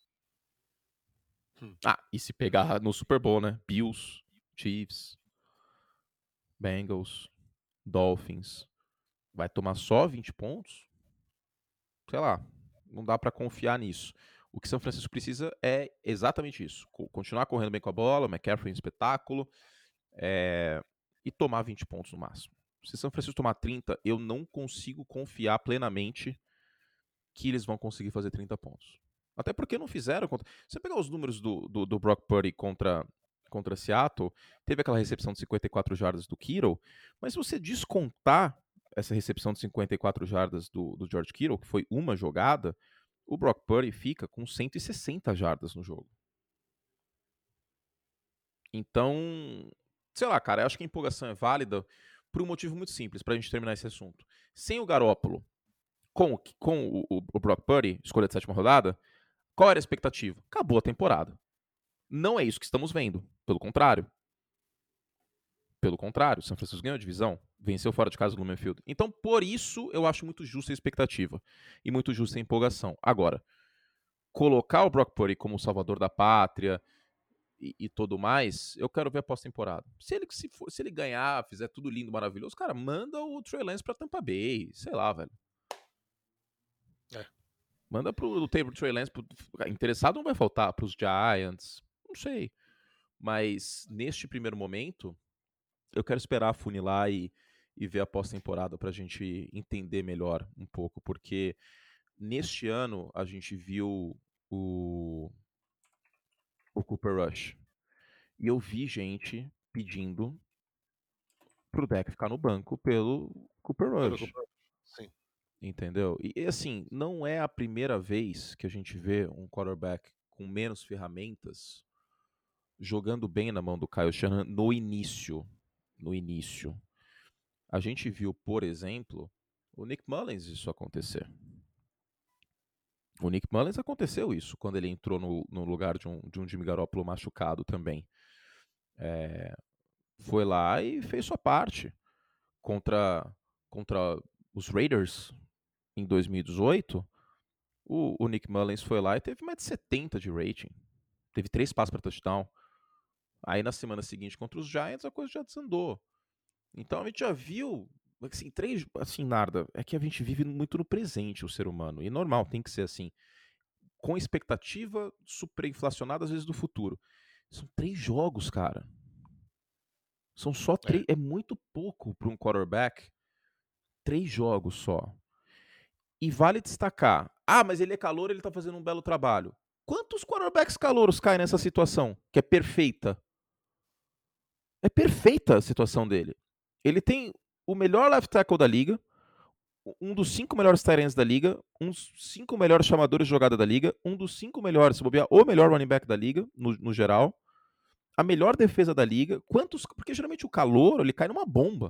Hum. Ah, e se pegar no Super Bowl, né? Bills, Chiefs, Bengals, Dolphins, vai tomar só vinte pontos? Sei lá, não dá pra confiar nisso. O que São Francisco precisa é exatamente isso. Continuar correndo bem com a bola, o McCaffrey é um espetáculo, é... e tomar vinte pontos no máximo. Se São Francisco tomar trinta, eu não consigo confiar plenamente que eles vão conseguir fazer trinta pontos. Até porque não fizeram. Contra... Você pegar os números do, do, do Brock Purdy contra, contra Seattle, teve aquela recepção de cinquenta e quatro jardas do Kittle, mas se você descontar essa recepção de cinquenta e quatro jardas do, do George Kittle, que foi uma jogada, o Brock Purdy fica com cento e sessenta jardas no jogo. Então, sei lá, cara, eu acho que a empolgação é válida por um motivo muito simples, pra gente terminar esse assunto. Sem o Garoppolo, com, com o, o, o Brock Purdy, escolha de sétima rodada, qual era a expectativa? Acabou a temporada. Não é isso que estamos vendo. Pelo contrário. Pelo contrário, São Francisco ganhou a divisão, venceu fora de casa o Lumen Field. Então, por isso, eu acho muito justa a expectativa e muito justa a empolgação. Agora, colocar o Brock Purdy como o salvador da pátria e, e tudo mais, eu quero ver a pós-temporada. Se ele, se, for, se ele ganhar, fizer tudo lindo, maravilhoso, cara, manda o Trey Lance pra Tampa Bay, sei lá, velho. É. Manda pro Taylor Trey Lance, pro, interessado não vai faltar, pros Giants, não sei. Mas neste primeiro momento, eu quero esperar funilar e, e ver a pós-temporada pra gente entender melhor um pouco, porque neste ano a gente viu o, o Cooper Rush. E eu vi gente pedindo pro deck ficar no banco pelo Cooper Rush. Pelo Cooper. Sim. Entendeu? E assim, não é a primeira vez que a gente vê um quarterback com menos ferramentas jogando bem na mão do Kyle Shanahan no início. No início. A gente viu, por exemplo, o Nick Mullins isso acontecer. O Nick Mullins aconteceu isso quando ele entrou no, no lugar de um, de um Jimmy Garoppolo machucado também. É, foi lá e fez sua parte contra, contra os Raiders em dois mil e dezoito. O, o Nick Mullins foi lá e teve mais de setenta de rating. Teve três passos para touchdown. Aí na semana seguinte contra os Giants a coisa já desandou. Então a gente já viu, assim, três, assim, Narda, é que a gente vive muito no presente, o ser humano. E normal, tem que ser assim. Com expectativa superinflacionada às vezes do futuro. São três jogos, cara. São só três, é, é muito pouco para um quarterback. Três jogos só. E vale destacar, ah, mas ele é calouro, ele tá fazendo um belo trabalho. Quantos quarterbacks calouros caem nessa situação? Que é perfeita. É perfeita a situação dele. Ele tem o melhor left tackle da liga, um dos cinco melhores tight ends da liga, um dos cinco melhores chamadores de jogada da liga, um dos cinco melhores, se bobear, o melhor running back da liga, no, no geral, a melhor defesa da liga. Quantos? Porque geralmente o calouro, ele cai numa bomba.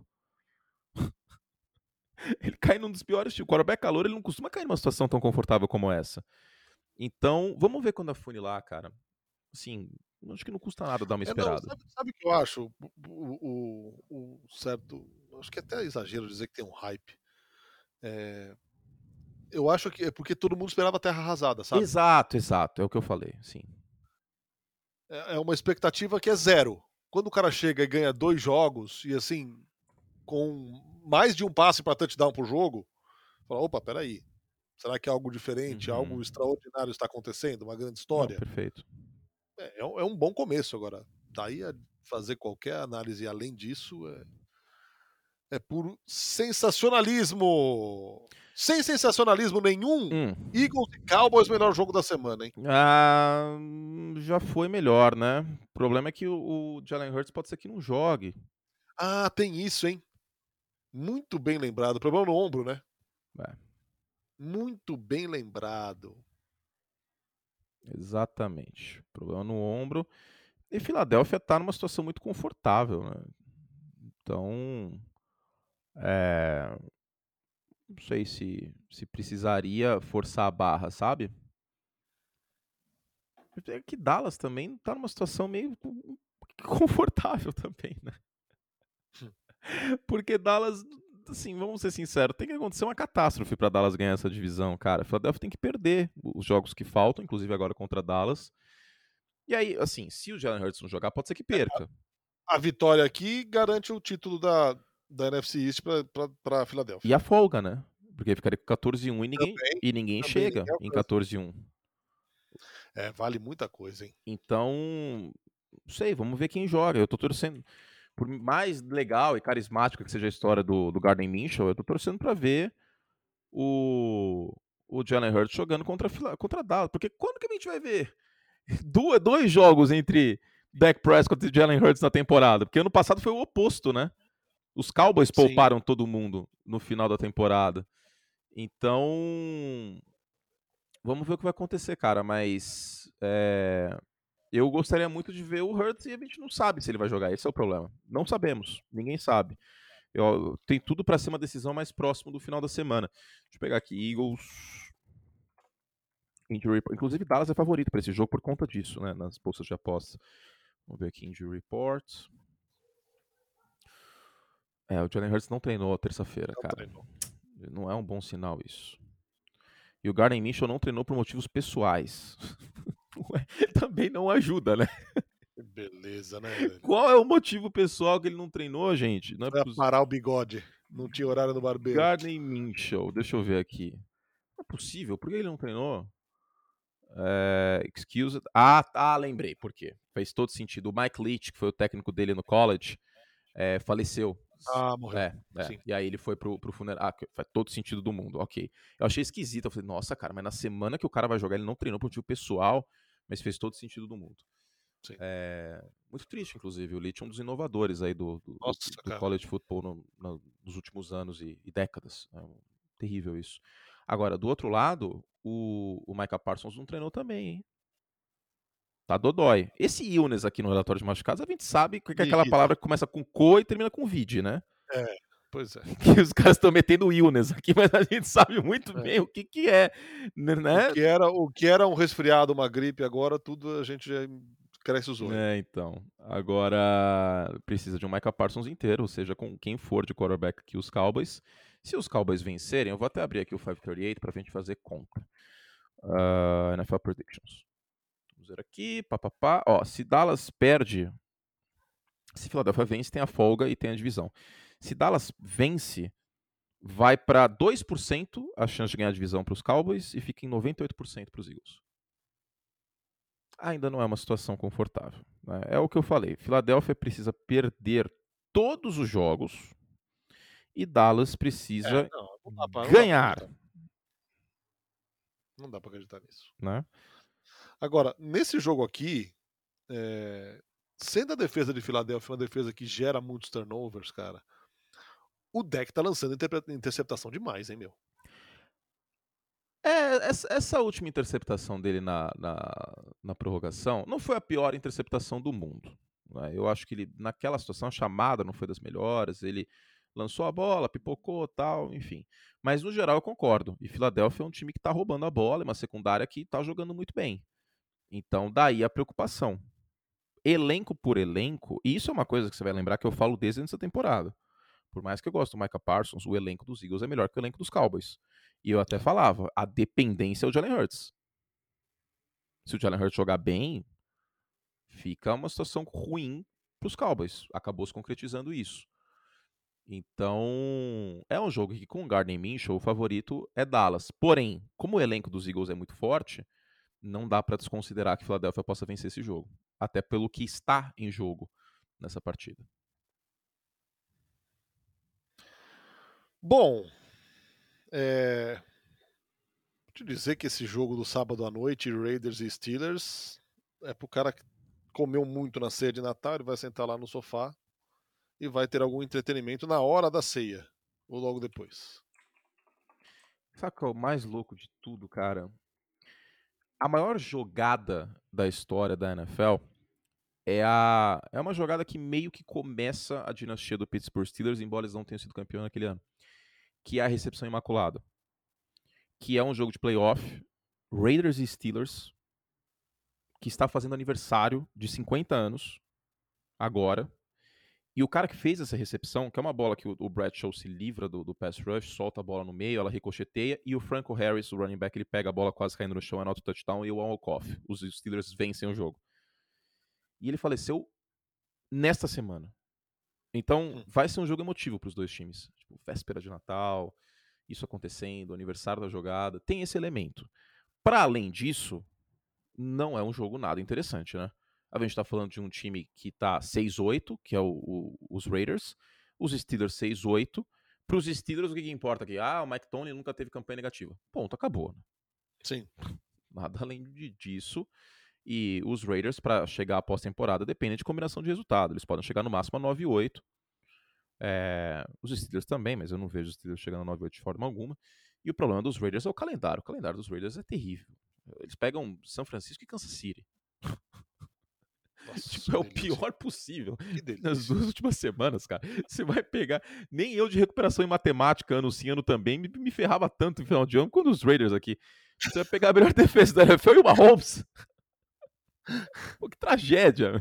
Ele cai num dos piores tipos. O quarterback calor, ele não costuma cair numa situação tão confortável como essa. Então, vamos ver quando afunilar, cara. Assim, acho que não custa nada dar uma esperada. É, não, sabe o que eu acho? O, o, o certo... Acho que é até exagero dizer que tem um hype. É, eu acho que é porque todo mundo esperava a terra arrasada, sabe? Exato, exato. É o que eu falei, sim. É, é uma expectativa que é zero. Quando o cara chega e ganha dois jogos e assim... com mais de um passe para touchdown por jogo, fala, opa, peraí, será que é algo diferente, uhum. algo extraordinário está acontecendo, uma grande história? Não, perfeito. É, é um bom começo agora. Daí a fazer qualquer análise além disso é, é puro sensacionalismo. Sem sensacionalismo nenhum, hum. Eagles e Cowboys, melhor jogo da semana, hein? Ah, já foi melhor, né? O problema é que o, o Jalen Hurts pode ser que não jogue. Ah, tem isso, hein? Muito bem lembrado. Problema no ombro, né? É. Muito bem lembrado. Exatamente. Problema no ombro. E Filadélfia tá numa situação muito confortável, né? Então, é, não sei se, se precisaria forçar a barra, sabe? É que Dallas também tá numa situação meio confortável também, né? Porque Dallas, assim, vamos ser sinceros, tem que acontecer uma catástrofe pra Dallas ganhar essa divisão, cara. Philadelphia tem que perder os jogos que faltam, inclusive agora contra Dallas. E aí, assim, se o Jalen Hurts não jogar, pode ser que perca. A vitória aqui garante o título da, da N F C East para Filadélfia. E a folga, né? Porque ficaria com quatorze e um e ninguém, Também, e ninguém também chega ninguém em alcança. quatorze e um. É, vale muita coisa, hein? Então, não sei, vamos ver quem joga. Eu tô torcendo, por mais legal e carismática que seja a história do, do Gardner Minshew, eu tô torcendo pra ver o, o Jalen Hurts jogando contra, contra Dallas. Porque quando que a gente vai ver dois, dois jogos entre Dak Prescott e Jalen Hurts na temporada? Porque ano passado foi o oposto, né? Os Cowboys Sim. pouparam todo mundo no final da temporada. Então, vamos ver o que vai acontecer, cara. Mas é, eu gostaria muito de ver o Hurts e a gente não sabe se ele vai jogar. Esse é o problema. Não sabemos. Ninguém sabe. Eu, tem tudo para ser uma decisão mais próximo do final da semana. Deixa eu pegar aqui. Eagles. Injury, inclusive, Dallas é favorito para esse jogo por conta disso, né? Nas bolsas de aposta. Vamos ver aqui. Injury Report. É, o Jalen Hurts não treinou terça-feira, Não cara. treinou. Não é um bom sinal isso. E o Gardner Minshew não treinou por motivos pessoais. Também não ajuda, né? Que beleza, né, velho? Qual é o motivo pessoal que ele não treinou, gente? Não é Pra pos... parar o bigode. Não tinha horário no barbeiro. Gardner Minshew, deixa eu ver aqui. Não é possível, por que ele não treinou? É, excuse. Ah, tá, lembrei por quê. Fez todo sentido. O Mike Leach, que foi o técnico dele no college, é, faleceu. Ah, morreu. É, é. Sim. E aí ele foi pro, pro funeral. Ah, faz todo sentido do mundo, ok. Eu achei esquisito. Eu falei, nossa, cara, mas na semana que o cara vai jogar, ele não treinou por motivo pessoal, mas fez todo sentido do mundo. Sim. É, muito triste, inclusive. O Leach é um dos inovadores aí do, do, Nossa, do, do cara. college football no, no, nos últimos anos e, e décadas. É um, terrível isso. Agora, do outro lado, o, o Micah Parsons não treinou também, hein? Tá dodói. Esse illness aqui no relatório de machucados, a gente sabe que é aquela Irrita. palavra que começa com co e termina com vid, né? É, pois é. Que os caras estão metendo illness aqui, mas a gente sabe muito É. bem o que que é, né? O que, era, o que era um resfriado, uma gripe, agora tudo a gente já cresce os olhos. É, então. Agora precisa de um Micah Parsons inteiro, seja com quem for de quarterback aqui os Cowboys. Se os Cowboys vencerem, eu vou até abrir aqui o quinhentos e trinta e oito pra gente fazer conta. Uh, N F L Predictions. Vamos ver aqui, papapá. Ó, se Dallas perde, se Philadelphia vence, tem a folga e tem a divisão. Se Dallas vence, vai para dois por cento a chance de ganhar a divisão para os Cowboys e fica em noventa e oito por cento para os Eagles. Ainda não é uma situação confortável, né? É o que eu falei. Filadélfia precisa perder todos os jogos e Dallas precisa É, não, não dá pra, ganhar. Não dá pra acreditar nisso. Né? Agora, nesse jogo aqui, é, sendo a defesa de Filadélfia uma defesa que gera muitos turnovers, cara, o deck tá lançando interceptação demais, hein, meu? É, essa, essa última interceptação dele na, na, na prorrogação não foi a pior interceptação do mundo. Né? Eu acho que ele, naquela situação, a chamada não foi das melhores, ele lançou a bola, pipocou, tal, enfim. Mas no geral eu concordo. E Filadélfia é um time que tá roubando a bola, é uma secundária que tá jogando muito bem. Então daí a preocupação. Elenco por elenco, e isso é uma coisa que você vai lembrar que eu falo desde antes da temporada. Por mais que eu goste do Micah Parsons, o elenco dos Eagles é melhor que o elenco dos Cowboys. E eu até falava, a dependência é o Jalen Hurts. Se o Jalen Hurts jogar bem, fica uma situação ruim para os Cowboys. Acabou se concretizando isso. Então, é um jogo que com o Gardner Minshew, o favorito é Dallas. Porém, como o elenco dos Eagles é muito forte, não dá para desconsiderar que Philadelphia possa vencer esse jogo. Até pelo que está em jogo nessa partida. Bom, é... vou te dizer que esse jogo do sábado à noite, Raiders e Steelers, é pro cara que comeu muito na ceia de Natal, ele vai sentar lá no sofá e vai ter algum entretenimento na hora da ceia. ou logo depois? Sabe o que é o mais louco de tudo, cara? A maior jogada da história da N F L é, a, é uma jogada que meio que começa a dinastia do Pittsburgh Steelers, embora eles não tenham sido campeão naquele ano, que é a recepção imaculada. Que é um jogo de playoff, Raiders e Steelers, que está fazendo aniversário de cinquenta anos, agora. E o cara que fez essa recepção, que é uma bola que o, o Bradshaw se livra do, do pass rush, solta a bola no meio, ela ricocheteia, e o Franco Harris, o running back, ele pega a bola quase caindo no chão, anota o touchdown e o walk-off. Os Steelers vencem o jogo. E ele faleceu nesta semana. Então, vai ser um jogo emotivo para os dois times. Tipo, véspera de Natal, isso acontecendo, aniversário da jogada, tem esse elemento. Para além disso, não é um jogo nada interessante, né? A gente tá falando de um time que tá seis oito, que é o, o, os Raiders, os Steelers seis oito. Para os Steelers, o que, que importa aqui? Ah, o Mike Tomlin nunca teve campanha negativa. Ponto, acabou. Né? Sim. Nada além de, disso. E os Raiders, para chegar à pós-temporada, dependem de combinação de resultado. Eles podem chegar no máximo a nove oito. É, os Steelers também, mas eu não vejo os Steelers chegando a nove oito de forma alguma. E o problema dos Raiders é o calendário. O calendário dos Raiders é terrível. Eles pegam São Francisco e Kansas City. Nossa, tipo, é o pior possível. Nas duas últimas semanas, cara. Você vai pegar. Nem eu de recuperação em matemática, ano sim, ano também, me, me ferrava tanto no final de ano quando os Raiders aqui. Você vai pegar a melhor defesa da N F L e o Mahomes. Pô, que tragédia.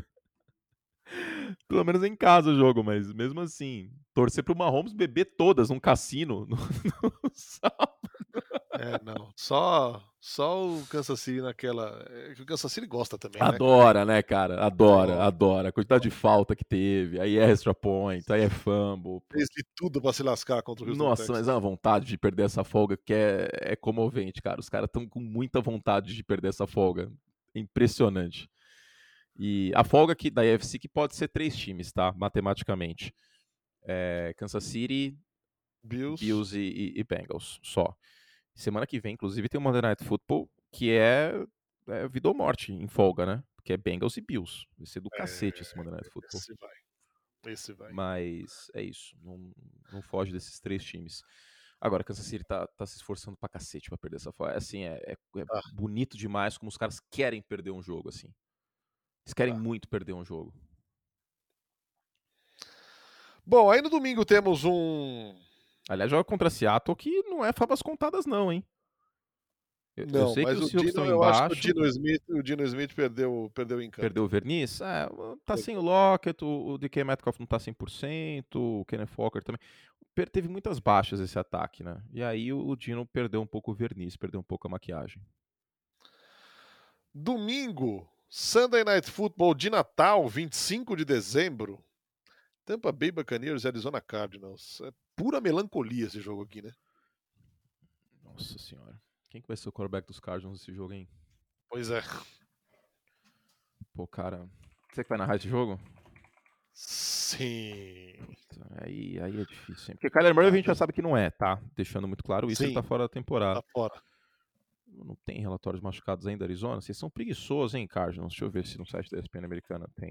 Pelo menos em casa o jogo, mas mesmo assim, torcer pro Mahomes beber todas num cassino no, no sábado. É, não. Só, só o Kansas City naquela. O Kansas City gosta também, Adora, né, cara? né, cara? Adora, adora. adora. Quantidade de falta que teve, aí é extra point, aí é fumble. Fez de tudo pra se lascar contra o Houston Nossa, Texans. mas é uma vontade de perder essa folga que é, é comovente, cara. Os caras estão com muita vontade de perder essa folga. Impressionante. E a folga aqui da A F C que pode ser três times, tá? Matematicamente. É Kansas City, Bills, Bills e, e, e Bengals, só. Semana que vem, inclusive, tem o Monday Night Football, que é, é vida ou morte em folga, né? Que é Bengals e Bills. Vai ser do é, cacete esse Monday Night Football. Esse vai. Esse vai. Mas é isso. Não, não foge desses três times. Agora, Kansas City tá, tá se esforçando pra cacete pra perder essa folga. Assim, é, é, é ah. bonito demais como os caras querem perder um jogo, assim. Eles querem ah. muito perder um jogo. Bom, aí no domingo temos um... Aliás, joga contra Seattle, que não é favas contadas não, hein? Eu, não, eu sei mas que os o Seahawks Dino, estão eu embaixo. acho que o Dino Smith, o Dino Smith perdeu, perdeu o encanto. Perdeu o verniz? É, tá sem o Lockett, o, o D K Metcalf não tá cem por cento, o Kenneth Walker também. Teve muitas baixas esse ataque, né? E aí o Dino perdeu um pouco o verniz, perdeu um pouco a maquiagem. Domingo, Sunday Night Football de Natal, vinte e cinco de dezembro. Tampa Bay Buccaneers e Arizona Cardinals. É pura melancolia esse jogo aqui, né? Nossa senhora. Quem que vai ser o quarterback dos Cardinals nesse jogo, hein? Pois é. Pô, cara... Você que vai narrar esse jogo? Sim. Puta, aí, aí é difícil, hein? Porque Kyler Murray a gente já sabe que não é, tá? Deixando muito claro isso, Sim, ele tá fora da temporada. Tá fora. Não tem relatórios machucados ainda, Arizona? Vocês são preguiçosos, hein, Cardinals? Deixa eu ver se no site da E S P N americana tem.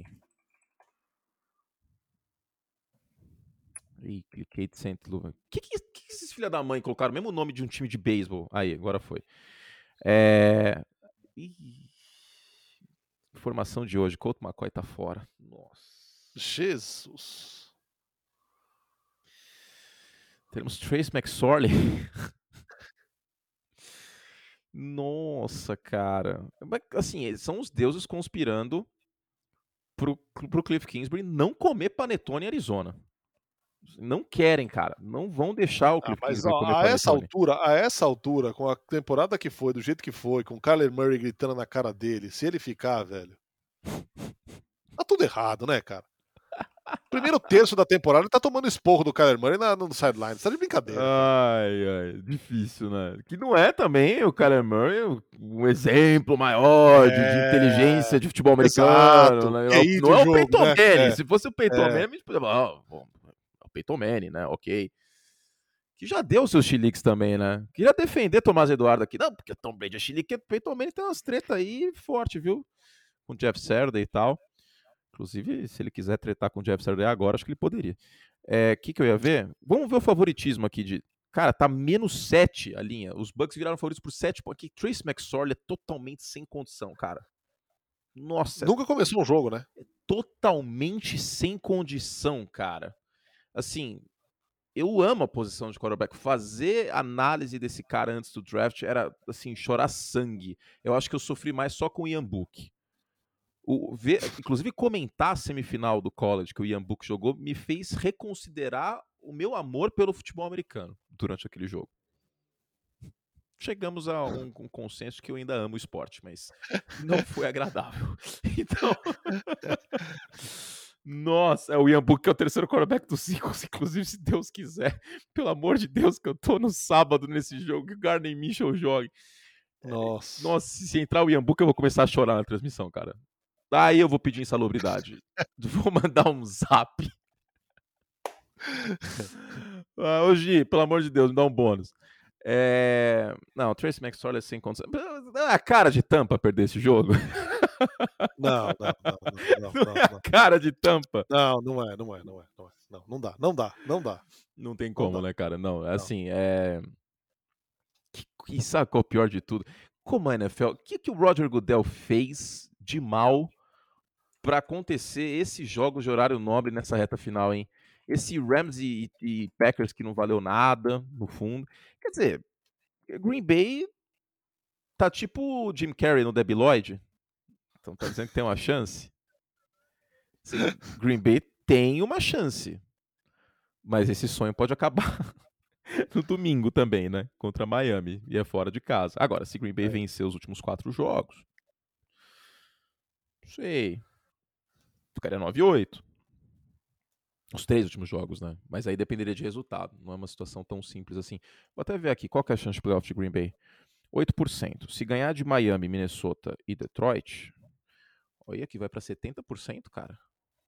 Ih, cliquei de Saint Louis. Que, que que esses filha da mãe colocaram? O mesmo nome de um time de beisebol. Aí, agora foi. É... Ih... Informação de hoje. Colt McCoy tá fora. Nossa. Jesus. Temos Trace McSorley. Nossa, cara. Assim, são os deuses conspirando pro, pro Cliff Kingsbury não comer panetone em Arizona. Não querem, cara. Não vão deixar o Cliff ah, mas, Kingsbury ó, comer a panetone. essa altura, a essa altura, com a temporada que foi, do jeito que foi, com o Kyler Murray gritando na cara dele, se ele ficar, velho, tá tudo errado, né, cara? Primeiro terço da temporada ele tá tomando esporro do Kyler Murray na, no sideline. Você tá de brincadeira. Ai, cara. ai, difícil, né? Que não é também o Kyler Murray um exemplo maior é... de, de, inteligência de futebol americano. Né? É não é o jogo, Peyton né? Manning. É. Se fosse o Peyton é. Manning, a gente poderia falar, oh, o Peyton Manning, né? Ok. Que já deu seus chiliques também, né? Queria defender Tomás Eduardo aqui. Não, porque Tom Brady é chilique, Peyton Manning tem umas tretas aí forte, viu? Com o Jeff Saturday e tal. Inclusive, se ele quiser tretar com o Jeff Saturday agora, acho que ele poderia. O é, que, que eu ia ver? Vamos ver o favoritismo aqui de... Cara, tá menos sete a linha. Os Bucks viraram favoritos por sete pontos. Aqui, Trace McSorley é totalmente sem condição, cara. Nossa. Nunca começou um jogo, né? É totalmente sem condição, cara. Assim, eu amo a posição de quarterback. Fazer análise desse cara antes do draft era, assim, chorar sangue. Eu acho que eu sofri mais só com o Ian Book. O, ver, inclusive, comentar a semifinal do college que o Ian Book jogou me fez reconsiderar o meu amor pelo futebol americano durante aquele jogo. Chegamos a um, um consenso que eu ainda amo o esporte, mas não foi agradável. Então, nossa, é o Ian Book que é o terceiro quarterback dos Eagles, inclusive, se Deus quiser. Pelo amor de Deus, que eu tô no sábado nesse jogo, que o Gardner Minshew jogue. Nossa. Nossa, se entrar o Ian Book, eu vou começar a chorar na transmissão, cara. Aí eu vou pedir insalubridade. Vou mandar um zap. Ah, ô Gi, pelo amor de Deus, me dá um bônus. É... Não, o Trace McSorley é sem condição. É a cara de Tampa perder esse jogo? Não, não, não, não, não, não, não, é a não. cara de Tampa. Não, não é, não é, não é, não é. Não, não dá, não dá, não dá. Não tem Não como, dá. né, cara? Não, é assim, é... E sabe qual é o pior de tudo? Como a N F L... O que, que o Roger Goodell fez de mal pra acontecer esses jogos de horário nobre nessa reta final, hein? Esse Rams e, e Packers que não valeu nada, no fundo. Quer dizer, Green Bay tá tipo o Jim Carrey no Debi Lloyd. Então tá dizendo que tem uma chance? Sim, Green Bay tem uma chance. Mas esse sonho pode acabar no domingo também, né? Contra Miami. E é fora de casa. Agora, se Green Bay É. vencer os últimos quatro jogos, não sei. Ficaria nove a oito. Os três últimos jogos, né? Mas aí dependeria de resultado. Não é uma situação tão simples assim. Vou até ver aqui. Qual que é a chance de playoff de Green Bay? oito por cento. Se ganhar de Miami, Minnesota e Detroit, olha aqui, vai pra setenta por cento, cara.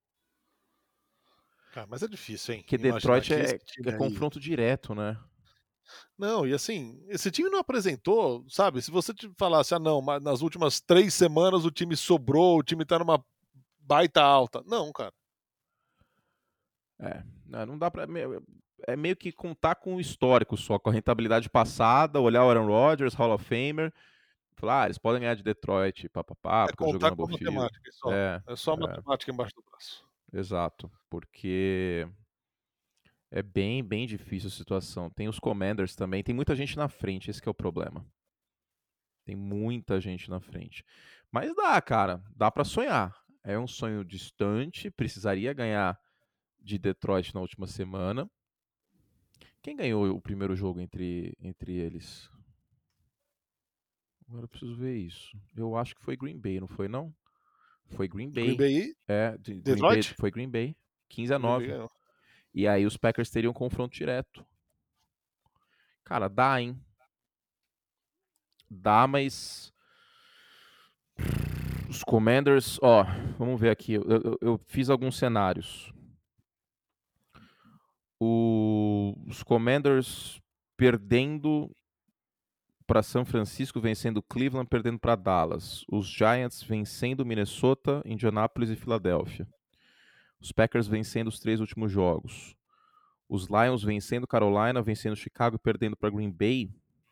Cara, mas é difícil, hein? Porque Imaginar Detroit que esse é, time é aí... confronto direto, né? Não, e assim, esse time não apresentou, sabe? Se você te falasse, ah, não, mas nas últimas três semanas o time sobrou, o time tá numa baita alta. Não, cara. É, não dá pra. É meio que contar com o histórico só, com a rentabilidade passada, olhar o Aaron Rodgers, Hall of Famer, falar, ah, eles podem ganhar de Detroit, papapá, É porque eu joguei contar no com a Bullfield. matemática só. É, É só a é, matemática embaixo do braço. exato, porque é bem, bem difícil a situação. Tem os Commanders também, tem muita gente na frente, esse que é o problema. Tem muita gente na frente. Mas dá, cara, dá pra sonhar. É um sonho distante, precisaria ganhar de Detroit na última semana. Quem ganhou o primeiro jogo entre, entre eles? Agora eu preciso ver isso. Eu acho que foi Green Bay, não foi não? Foi Green Bay. Green Bay, É, de, Green Bay, Detroit? foi Green Bay. quinze a Green Bay nove. ganhou. E aí os Packers teriam um confronto direto. Cara, dá, hein? Dá, mas... Os Commanders... Ó, vamos ver aqui. Eu, eu, eu fiz alguns cenários. O, os Commanders perdendo para São Francisco, vencendo Cleveland, perdendo para Dallas. Os Giants vencendo Minnesota, Indianapolis e Filadélfia. Os Packers vencendo os três últimos jogos. Os Lions vencendo Carolina, vencendo Chicago e perdendo para Green Bay.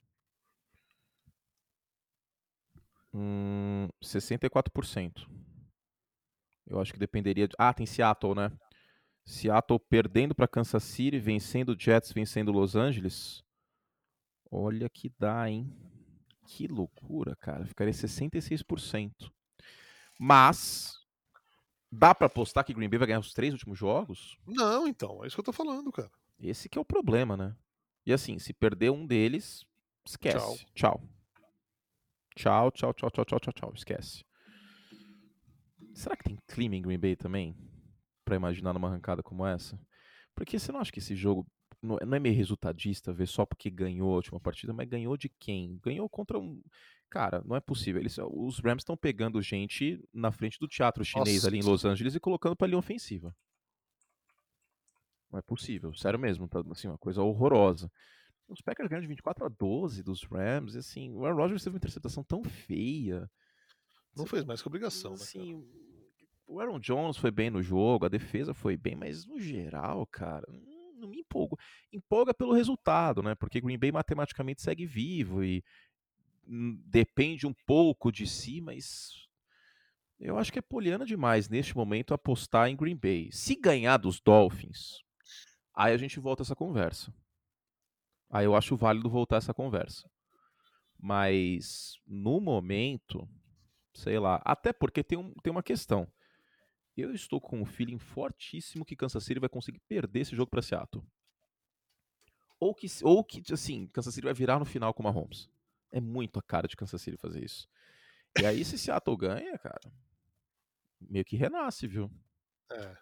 Hum, sessenta e quatro por cento. Eu acho que dependeria de... Ah, tem Seattle, né? Seattle perdendo para Kansas City, vencendo Jets, vencendo Los Angeles. Olha que dá, hein? Que loucura, cara. Ficaria sessenta e seis por cento. Mas dá pra apostar que Green Bay vai ganhar os três últimos jogos? Não, então, é isso que eu tô falando, cara. Esse que é o problema, né? E assim, se perder um deles, esquece. Tchau. Tchau, tchau, tchau, tchau, tchau, tchau, tchau. Esquece. Será que tem clima em Green Bay também? Pra imaginar numa arrancada como essa? Porque você não acha que esse jogo não é meio resultadista ver só porque ganhou a última partida, mas ganhou de quem? Ganhou contra um... Cara, não é possível. Eles, os Rams estão pegando gente na frente do teatro chinês Nossa. ali em Los Angeles e colocando pra linha ofensiva. Não é possível, sério mesmo, tá assim, uma coisa horrorosa. Os Packers ganham de vinte e quatro a doze dos Rams, e assim, o Aaron Rodgers teve uma interceptação tão feia. Não fez mais que obrigação, assim, né, cara? o Aaron Jones foi bem no jogo, a defesa foi bem, mas no geral, cara, não me empolgo. Empolga pelo resultado, né? Porque Green Bay matematicamente segue vivo e hum, depende um pouco de si, mas eu acho que é poliana demais neste momento apostar em Green Bay. Se ganhar dos Dolphins, aí a gente volta essa conversa. Aí eu acho válido voltar essa conversa. Mas no momento, sei lá, até porque tem, um, tem uma questão. Eu estou com um feeling fortíssimo que Kansas City vai conseguir perder esse jogo para Seattle. Ou que, ou que, assim, Kansas City vai virar no final com o Mahomes. É muito a cara de Kansas City fazer isso. E aí, se Seattle ganha, cara, meio que renasce, viu? É.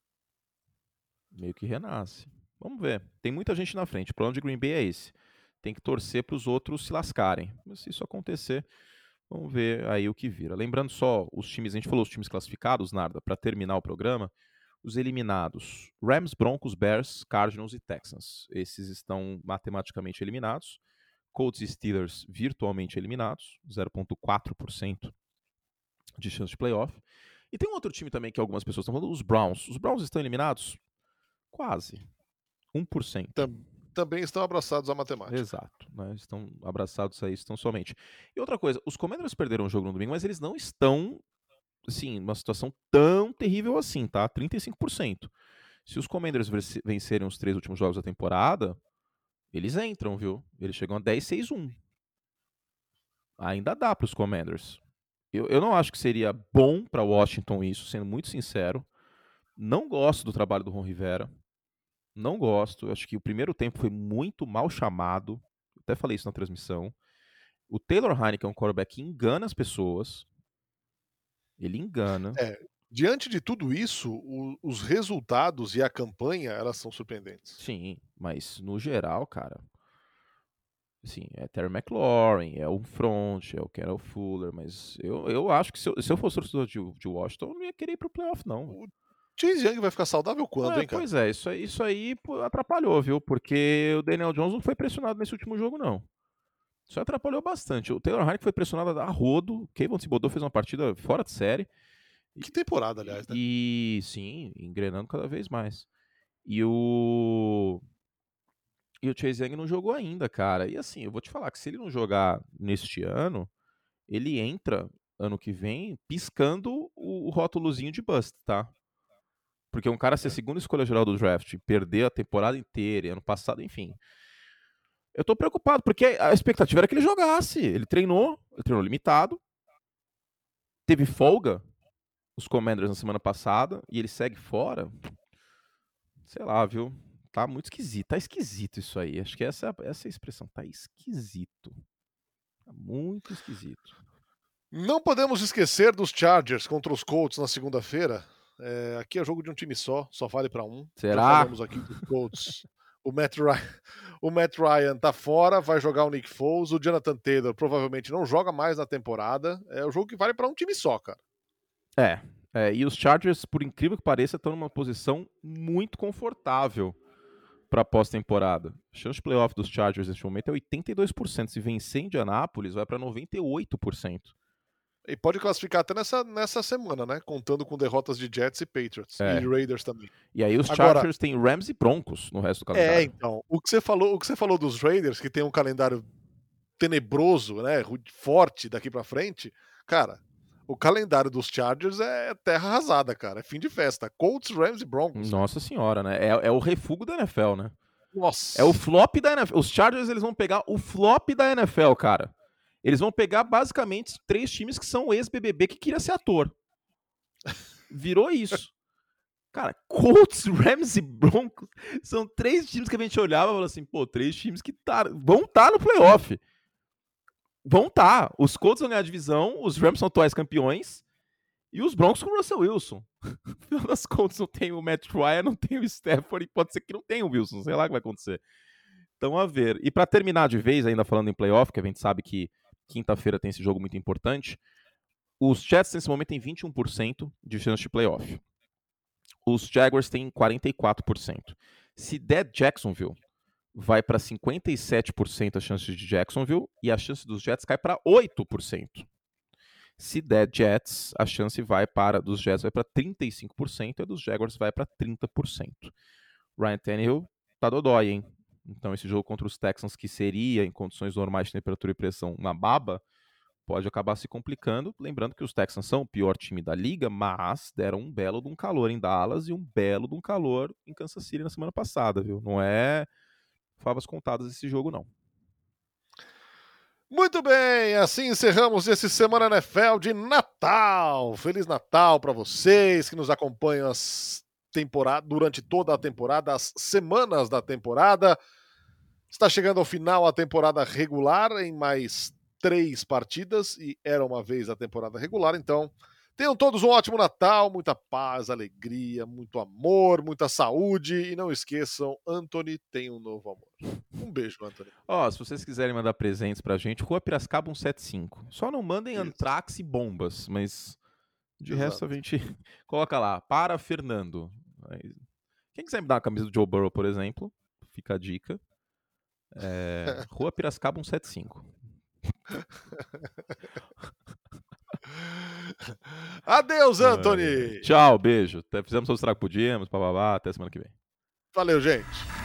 Meio que renasce. Vamos ver. Tem muita gente na frente. O plano de Green Bay é esse. Tem que torcer para os outros se lascarem. Mas se isso acontecer, vamos ver aí o que vira. Lembrando só, os times, a gente falou os times classificados, Narda, para terminar o programa. Os eliminados: Rams, Broncos, Bears, Cardinals e Texans. Esses estão matematicamente eliminados. Colts e Steelers virtualmente eliminados, zero vírgula quatro por cento de chance de playoff. E tem um outro time também que algumas pessoas estão falando, os Browns. Os Browns estão eliminados? Quase. um por cento. Tam, também estão abraçados à matemática. Exato. Né? Estão abraçados a isso, estão somente. E outra coisa, os Commanders perderam o jogo no domingo, mas eles não estão, assim, numa situação tão terrível assim, tá? trinta e cinco por cento. Se os Commanders vencerem os três últimos jogos da temporada, eles entram, viu? Eles chegam a dez seis um. Ainda dá para os Commanders. Eu, eu não acho que seria bom para Washington isso, sendo muito sincero. Não gosto do trabalho do Ron Rivera. Não gosto. Eu acho que o primeiro tempo foi muito mal chamado. Até falei isso na transmissão. O Taylor Heinicke é um quarterback que engana as pessoas. Ele engana. É, diante de tudo isso, o, os resultados e a campanha, elas são surpreendentes. Sim, mas no geral, cara, assim, é Terry McLaurin, é o front, é o Kendall Fuller, mas eu, eu acho que se eu, se eu fosse torcedor de, de Washington, eu não ia querer ir pro playoff, não. O Chase Young vai ficar saudável quando, É, hein, cara? pois é, isso aí, isso aí pô, atrapalhou, viu? Porque o Daniel Jones não foi pressionado nesse último jogo, não. Isso atrapalhou bastante. O Taylor Heinicke foi pressionado a rodo, o Kayvon Thibodeau fez uma partida fora de série. Que temporada, aliás, né? E sim, engrenando cada vez mais. E o e o Chase Young não jogou ainda, cara. E assim, eu vou te falar que se ele não jogar neste ano, ele entra ano que vem piscando o, o rótulozinho de bust, tá? Porque um cara ser segunda escolha geral do draft, perder a temporada inteira, ano passado, enfim. Eu tô preocupado, porque a expectativa era que ele jogasse. Ele treinou, ele treinou limitado, teve folga, os Commanders na semana passada, e ele segue fora. Sei lá, viu? Tá muito esquisito. Tá esquisito isso aí. Acho que essa, essa é a expressão. Tá esquisito. Tá muito esquisito. Não podemos esquecer dos Chargers contra os Colts na segunda-feira. É, aqui é jogo de um time só, só vale para um. Será? Já falamos aqui dos Colts. O Matt, Ryan, o Matt Ryan tá fora, vai jogar o Nick Foles. O Jonathan Taylor provavelmente não joga mais na temporada. É o jogo que vale para um time só, cara. É, é. E os Chargers, por incrível que pareça, estão numa posição muito confortável para pós-temporada. A chance de playoff dos Chargers neste momento é oitenta e dois por cento. Se vencer Indianápolis, vai para noventa e oito por cento. E pode classificar até nessa, nessa semana, né? Contando com derrotas de Jets e Patriots. É. E Raiders também. E aí os Agora, Chargers têm Rams e Broncos no resto do calendário. É, então. O que você falou, o que você falou dos Raiders, que tem um calendário tenebroso, né? Forte daqui pra frente. Cara, o calendário dos Chargers é terra arrasada, cara. É fim de festa. Colts, Rams e Broncos. Nossa senhora, né? É, é o refúgio da N F L, né? Nossa. É o flop da N F L. Os Chargers, eles vão pegar o flop da N F L, cara. Eles vão pegar, basicamente, três times que são ex-B B B que queria ser ator. Virou isso. Cara, Colts, Rams e Broncos são três times que a gente olhava e falava assim, pô, três times que tá, vão estar tá no playoff. Vão estar. Tá. Os Colts vão ganhar a divisão, os Rams são atuais campeões e os Broncos com o Russell Wilson. No final das contas, não tem o Matt Ryan, não tem o Stafford e pode ser que não tenha o Wilson. Sei lá o que vai acontecer. Então, a ver. E para terminar de vez, ainda falando em playoff, que a gente sabe que quinta-feira tem esse jogo muito importante, os Jets nesse momento têm vinte e um por cento de chance de playoff. Os Jaguars têm quarenta e quatro por cento. Se der Jacksonville, vai para cinquenta e sete por cento a chance de Jacksonville e a chance dos Jets cai para oito por cento. Se der Jets, a chance vai para dos Jets vai para trinta e cinco por cento e dos Jaguars vai para trinta por cento. Ryan Tannehill tá dodói, hein? Então esse jogo contra os Texans, que seria em condições normais de temperatura e pressão uma baba, pode acabar se complicando. Lembrando que os Texans são o pior time da liga, mas deram um belo de um calor em Dallas e um belo de um calor em Kansas City na semana passada, viu? Não é favas contadas esse jogo, não. Muito bem, assim encerramos esse Semana N F L de Natal. Feliz Natal para vocês que nos acompanham as temporada, durante toda a temporada, as semanas da temporada. Está chegando ao final a temporada regular em mais três partidas e era uma vez a temporada regular, então tenham todos um ótimo Natal, muita paz, alegria, muito amor, muita saúde e não esqueçam, Anthony tem um novo amor. Um beijo, Anthony. Ó, se vocês quiserem mandar presentes pra gente, Rua Piracicaba cento e setenta e cinco. Só não mandem Isso. antrax e bombas, mas de Exato. resto a gente coloca lá, para Fernando. Quem quiser me dar uma camisa do Joe Burrow, por exemplo, fica a dica. É, Rua Piracicaba cento e setenta e cinco. Adeus, Anthony! Tchau, beijo. Fizemos o estrago que podíamos, bababá, até semana que vem. Valeu, gente!